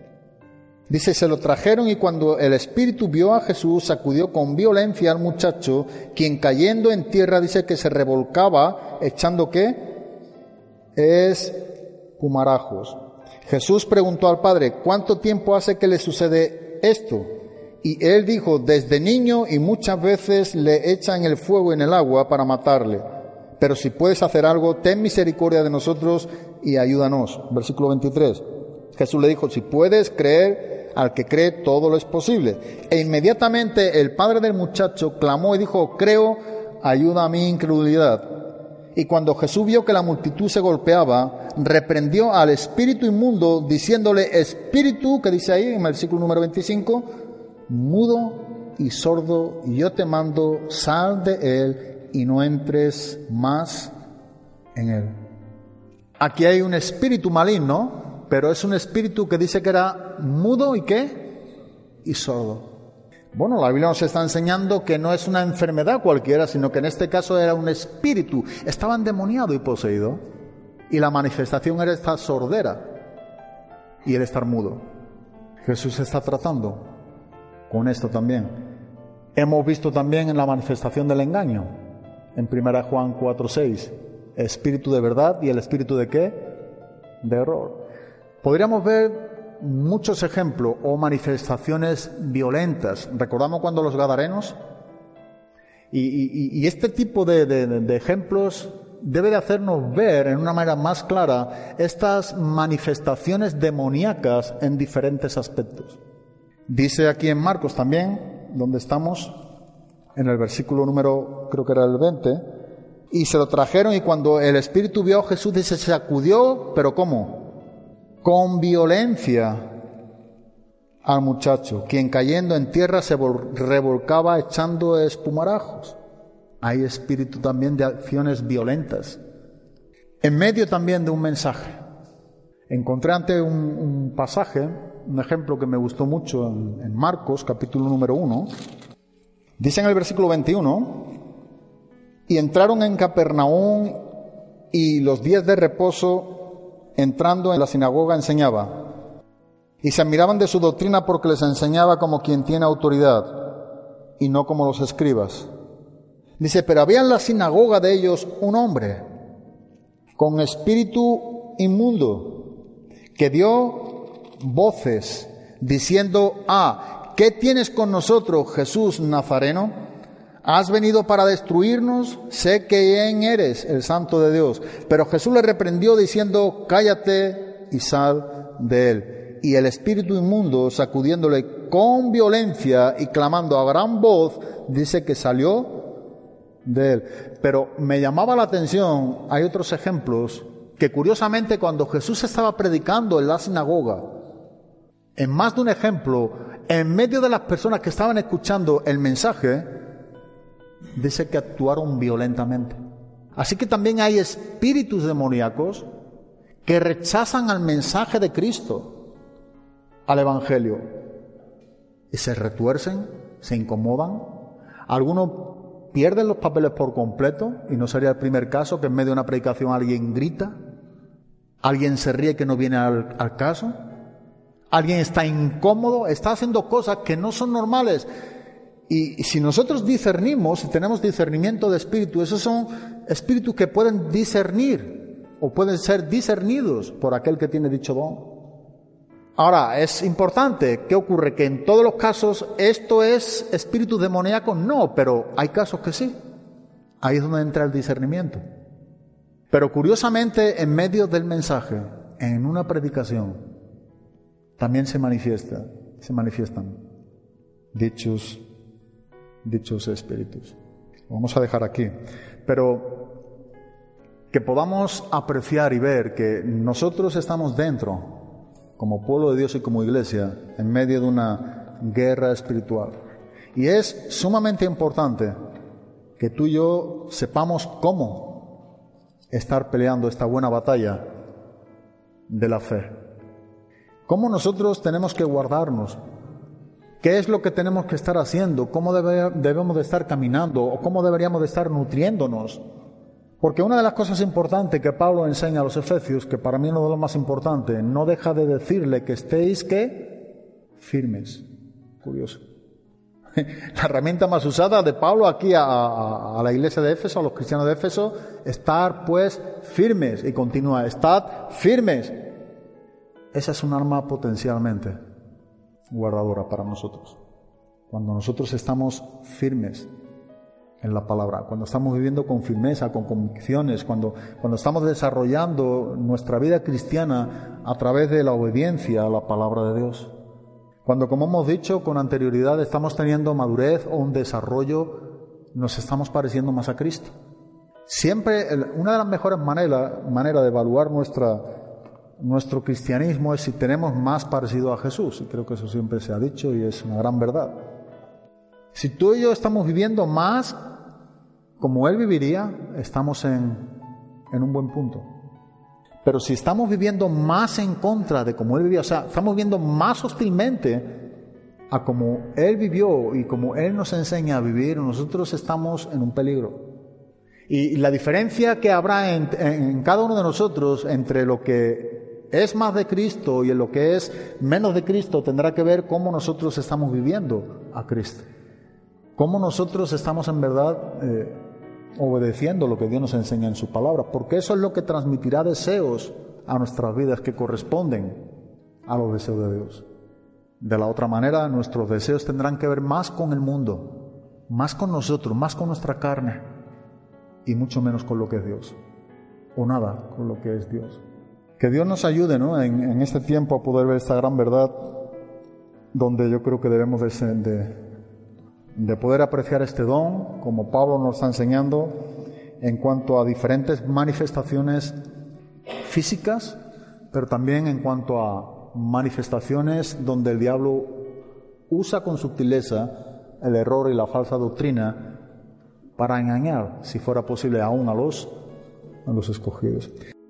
dice, se lo trajeron y cuando el espíritu vio a Jesús, sacudió con violencia al muchacho, quien cayendo en tierra dice que se revolcaba, echando ¿qué? Espumarajos. Jesús preguntó al padre, ¿cuánto tiempo hace que le sucede esto? Y él dijo, desde niño y muchas veces le echan el fuego en el agua para matarle. Pero si puedes hacer algo, ten misericordia de nosotros y ayúdanos. Versículo veintitrés. Jesús le dijo, si puedes creer, al que cree todo lo es posible. E inmediatamente el padre del muchacho clamó y dijo, creo, ayuda a mi incredulidad. Y cuando Jesús vio que la multitud se golpeaba, reprendió al espíritu inmundo, diciéndole, espíritu, que dice ahí en el versículo número veinticinco, mudo y sordo, yo te mando, sal de él y no entres más en él. Aquí hay un espíritu maligno, pero es un espíritu que dice que era mudo y ¿qué? Y sordo. Bueno, la Biblia nos está enseñando que no es una enfermedad cualquiera, sino que en este caso era un espíritu. Estaba endemoniado y poseído. Y la manifestación era esta sordera y el estar mudo. Jesús está tratando con esto también. Hemos visto también en la manifestación del engaño, en primera Juan cuatro seis, espíritu de verdad y el espíritu de ¿qué? De error. Podríamos ver muchos ejemplos o manifestaciones violentas. Recordamos cuando los gadarenos, y, y, y este tipo de, de, de ejemplos debe de hacernos ver en una manera más clara estas manifestaciones demoníacas en diferentes aspectos. Dice aquí en Marcos también, donde estamos, en el versículo número, creo que era el veinte, y se lo trajeron y cuando el espíritu vio a Jesús, dice, se sacudió, pero ¿cómo? Con violencia al muchacho, quien cayendo en tierra se revolcaba echando espumarajos. Hay espíritu también de acciones violentas. En medio también de un mensaje. Encontré ante un, un pasaje, un ejemplo que me gustó mucho en, en Marcos, capítulo número uno. Dice en el versículo veintiuno, y entraron en Capernaum y los días de reposo, entrando en la sinagoga, enseñaba. Y se admiraban de su doctrina porque les enseñaba como quien tiene autoridad y no como los escribas. Dice, pero había en la sinagoga de ellos un hombre con espíritu inmundo que dio voces diciendo, ah, ¿qué tienes con nosotros, Jesús Nazareno? ¿Has venido para destruirnos? Sé quién eres, el Santo de Dios. Pero Jesús le reprendió diciendo, cállate y sal de él. y el espíritu inmundo, sacudiéndole con violencia y clamando a gran voz, dice que salió de él. Pero me llamaba la atención, hay otros ejemplos, que curiosamente cuando Jesús estaba predicando en la sinagoga, en más de un ejemplo, en medio de las personas que estaban escuchando el mensaje, dice que actuaron violentamente. Así que también hay espíritus demoníacos que rechazan al mensaje de Cristo, al Evangelio, y se retuercen, se incomodan. Algunos pierden los papeles por completo, y no sería el primer caso que en medio de una predicación alguien grita, alguien se ríe que no viene al, al caso, alguien está incómodo, está haciendo cosas que no son normales. Y, y si nosotros discernimos, si tenemos discernimiento de espíritu, esos son espíritus que pueden discernir o pueden ser discernidos por aquel que tiene dicho don. Ahora, es importante, ¿qué ocurre? Que en todos los casos esto es espíritu demoníaco, no, pero hay casos que sí. Ahí es donde entra el discernimiento. Pero curiosamente, en medio del mensaje, en una predicación, también se manifiesta, se manifiestan dichos, dichos espíritus. Lo vamos a dejar aquí. Pero que podamos apreciar y ver que nosotros estamos dentro, como pueblo de Dios y como iglesia, en medio de una guerra espiritual. Y es sumamente importante que tú y yo sepamos cómo estar peleando esta buena batalla de la fe. Cómo nosotros tenemos que guardarnos. ¿Qué es lo que tenemos que estar haciendo? ¿Cómo debe, debemos de estar caminando? ¿O cómo deberíamos de estar nutriéndonos? Porque una de las cosas importantes que Pablo enseña a los efesios, que para mí es uno de los más importantes, no deja de decirle que estéis, ¿qué? Firmes. Curioso. La herramienta más usada de Pablo aquí a, a, a la iglesia de Éfeso, a los cristianos de Éfeso, estar pues firmes. Y continúa, estad firmes. Esa es un arma potencialmente guardadora para nosotros. Cuando nosotros estamos firmes en la palabra, cuando estamos viviendo con firmeza, con convicciones, cuando, cuando estamos desarrollando nuestra vida cristiana a través de la obediencia a la palabra de Dios. Cuando, como hemos dicho con anterioridad, estamos teniendo madurez o un desarrollo, nos estamos pareciendo más a Cristo. Siempre, una de las mejores maneras manera de evaluar nuestra, nuestro cristianismo es si tenemos más parecido a Jesús. Y creo que eso siempre se ha dicho y es una gran verdad. Si tú y yo estamos viviendo más como Él viviría, estamos en, en un buen punto. Pero si estamos viviendo más en contra de como Él vivía, o sea, estamos viviendo más hostilmente a como Él vivió y como Él nos enseña a vivir, nosotros estamos en un peligro. Y la diferencia que habrá en, en cada uno de nosotros entre lo que es más de Cristo y en lo que es menos de Cristo tendrá que ver cómo nosotros estamos viviendo a Cristo. Cómo nosotros estamos en verdad eh, obedeciendo lo que Dios nos enseña en su palabra, porque eso es lo que transmitirá deseos a nuestras vidas que corresponden a los deseos de Dios. De la otra manera, nuestros deseos tendrán que ver más con el mundo, más con nosotros, más con nuestra carne y mucho menos con lo que es Dios, o nada con lo que es Dios. Que Dios nos ayude, ¿no?, en, en este tiempo a poder ver esta gran verdad donde yo creo que debemos de, de de poder apreciar este don, como Pablo nos está enseñando, en cuanto a diferentes manifestaciones físicas, pero también en cuanto a manifestaciones donde el diablo usa con sutileza el error y la falsa doctrina para engañar, si fuera posible, aún a los, a los escogidos.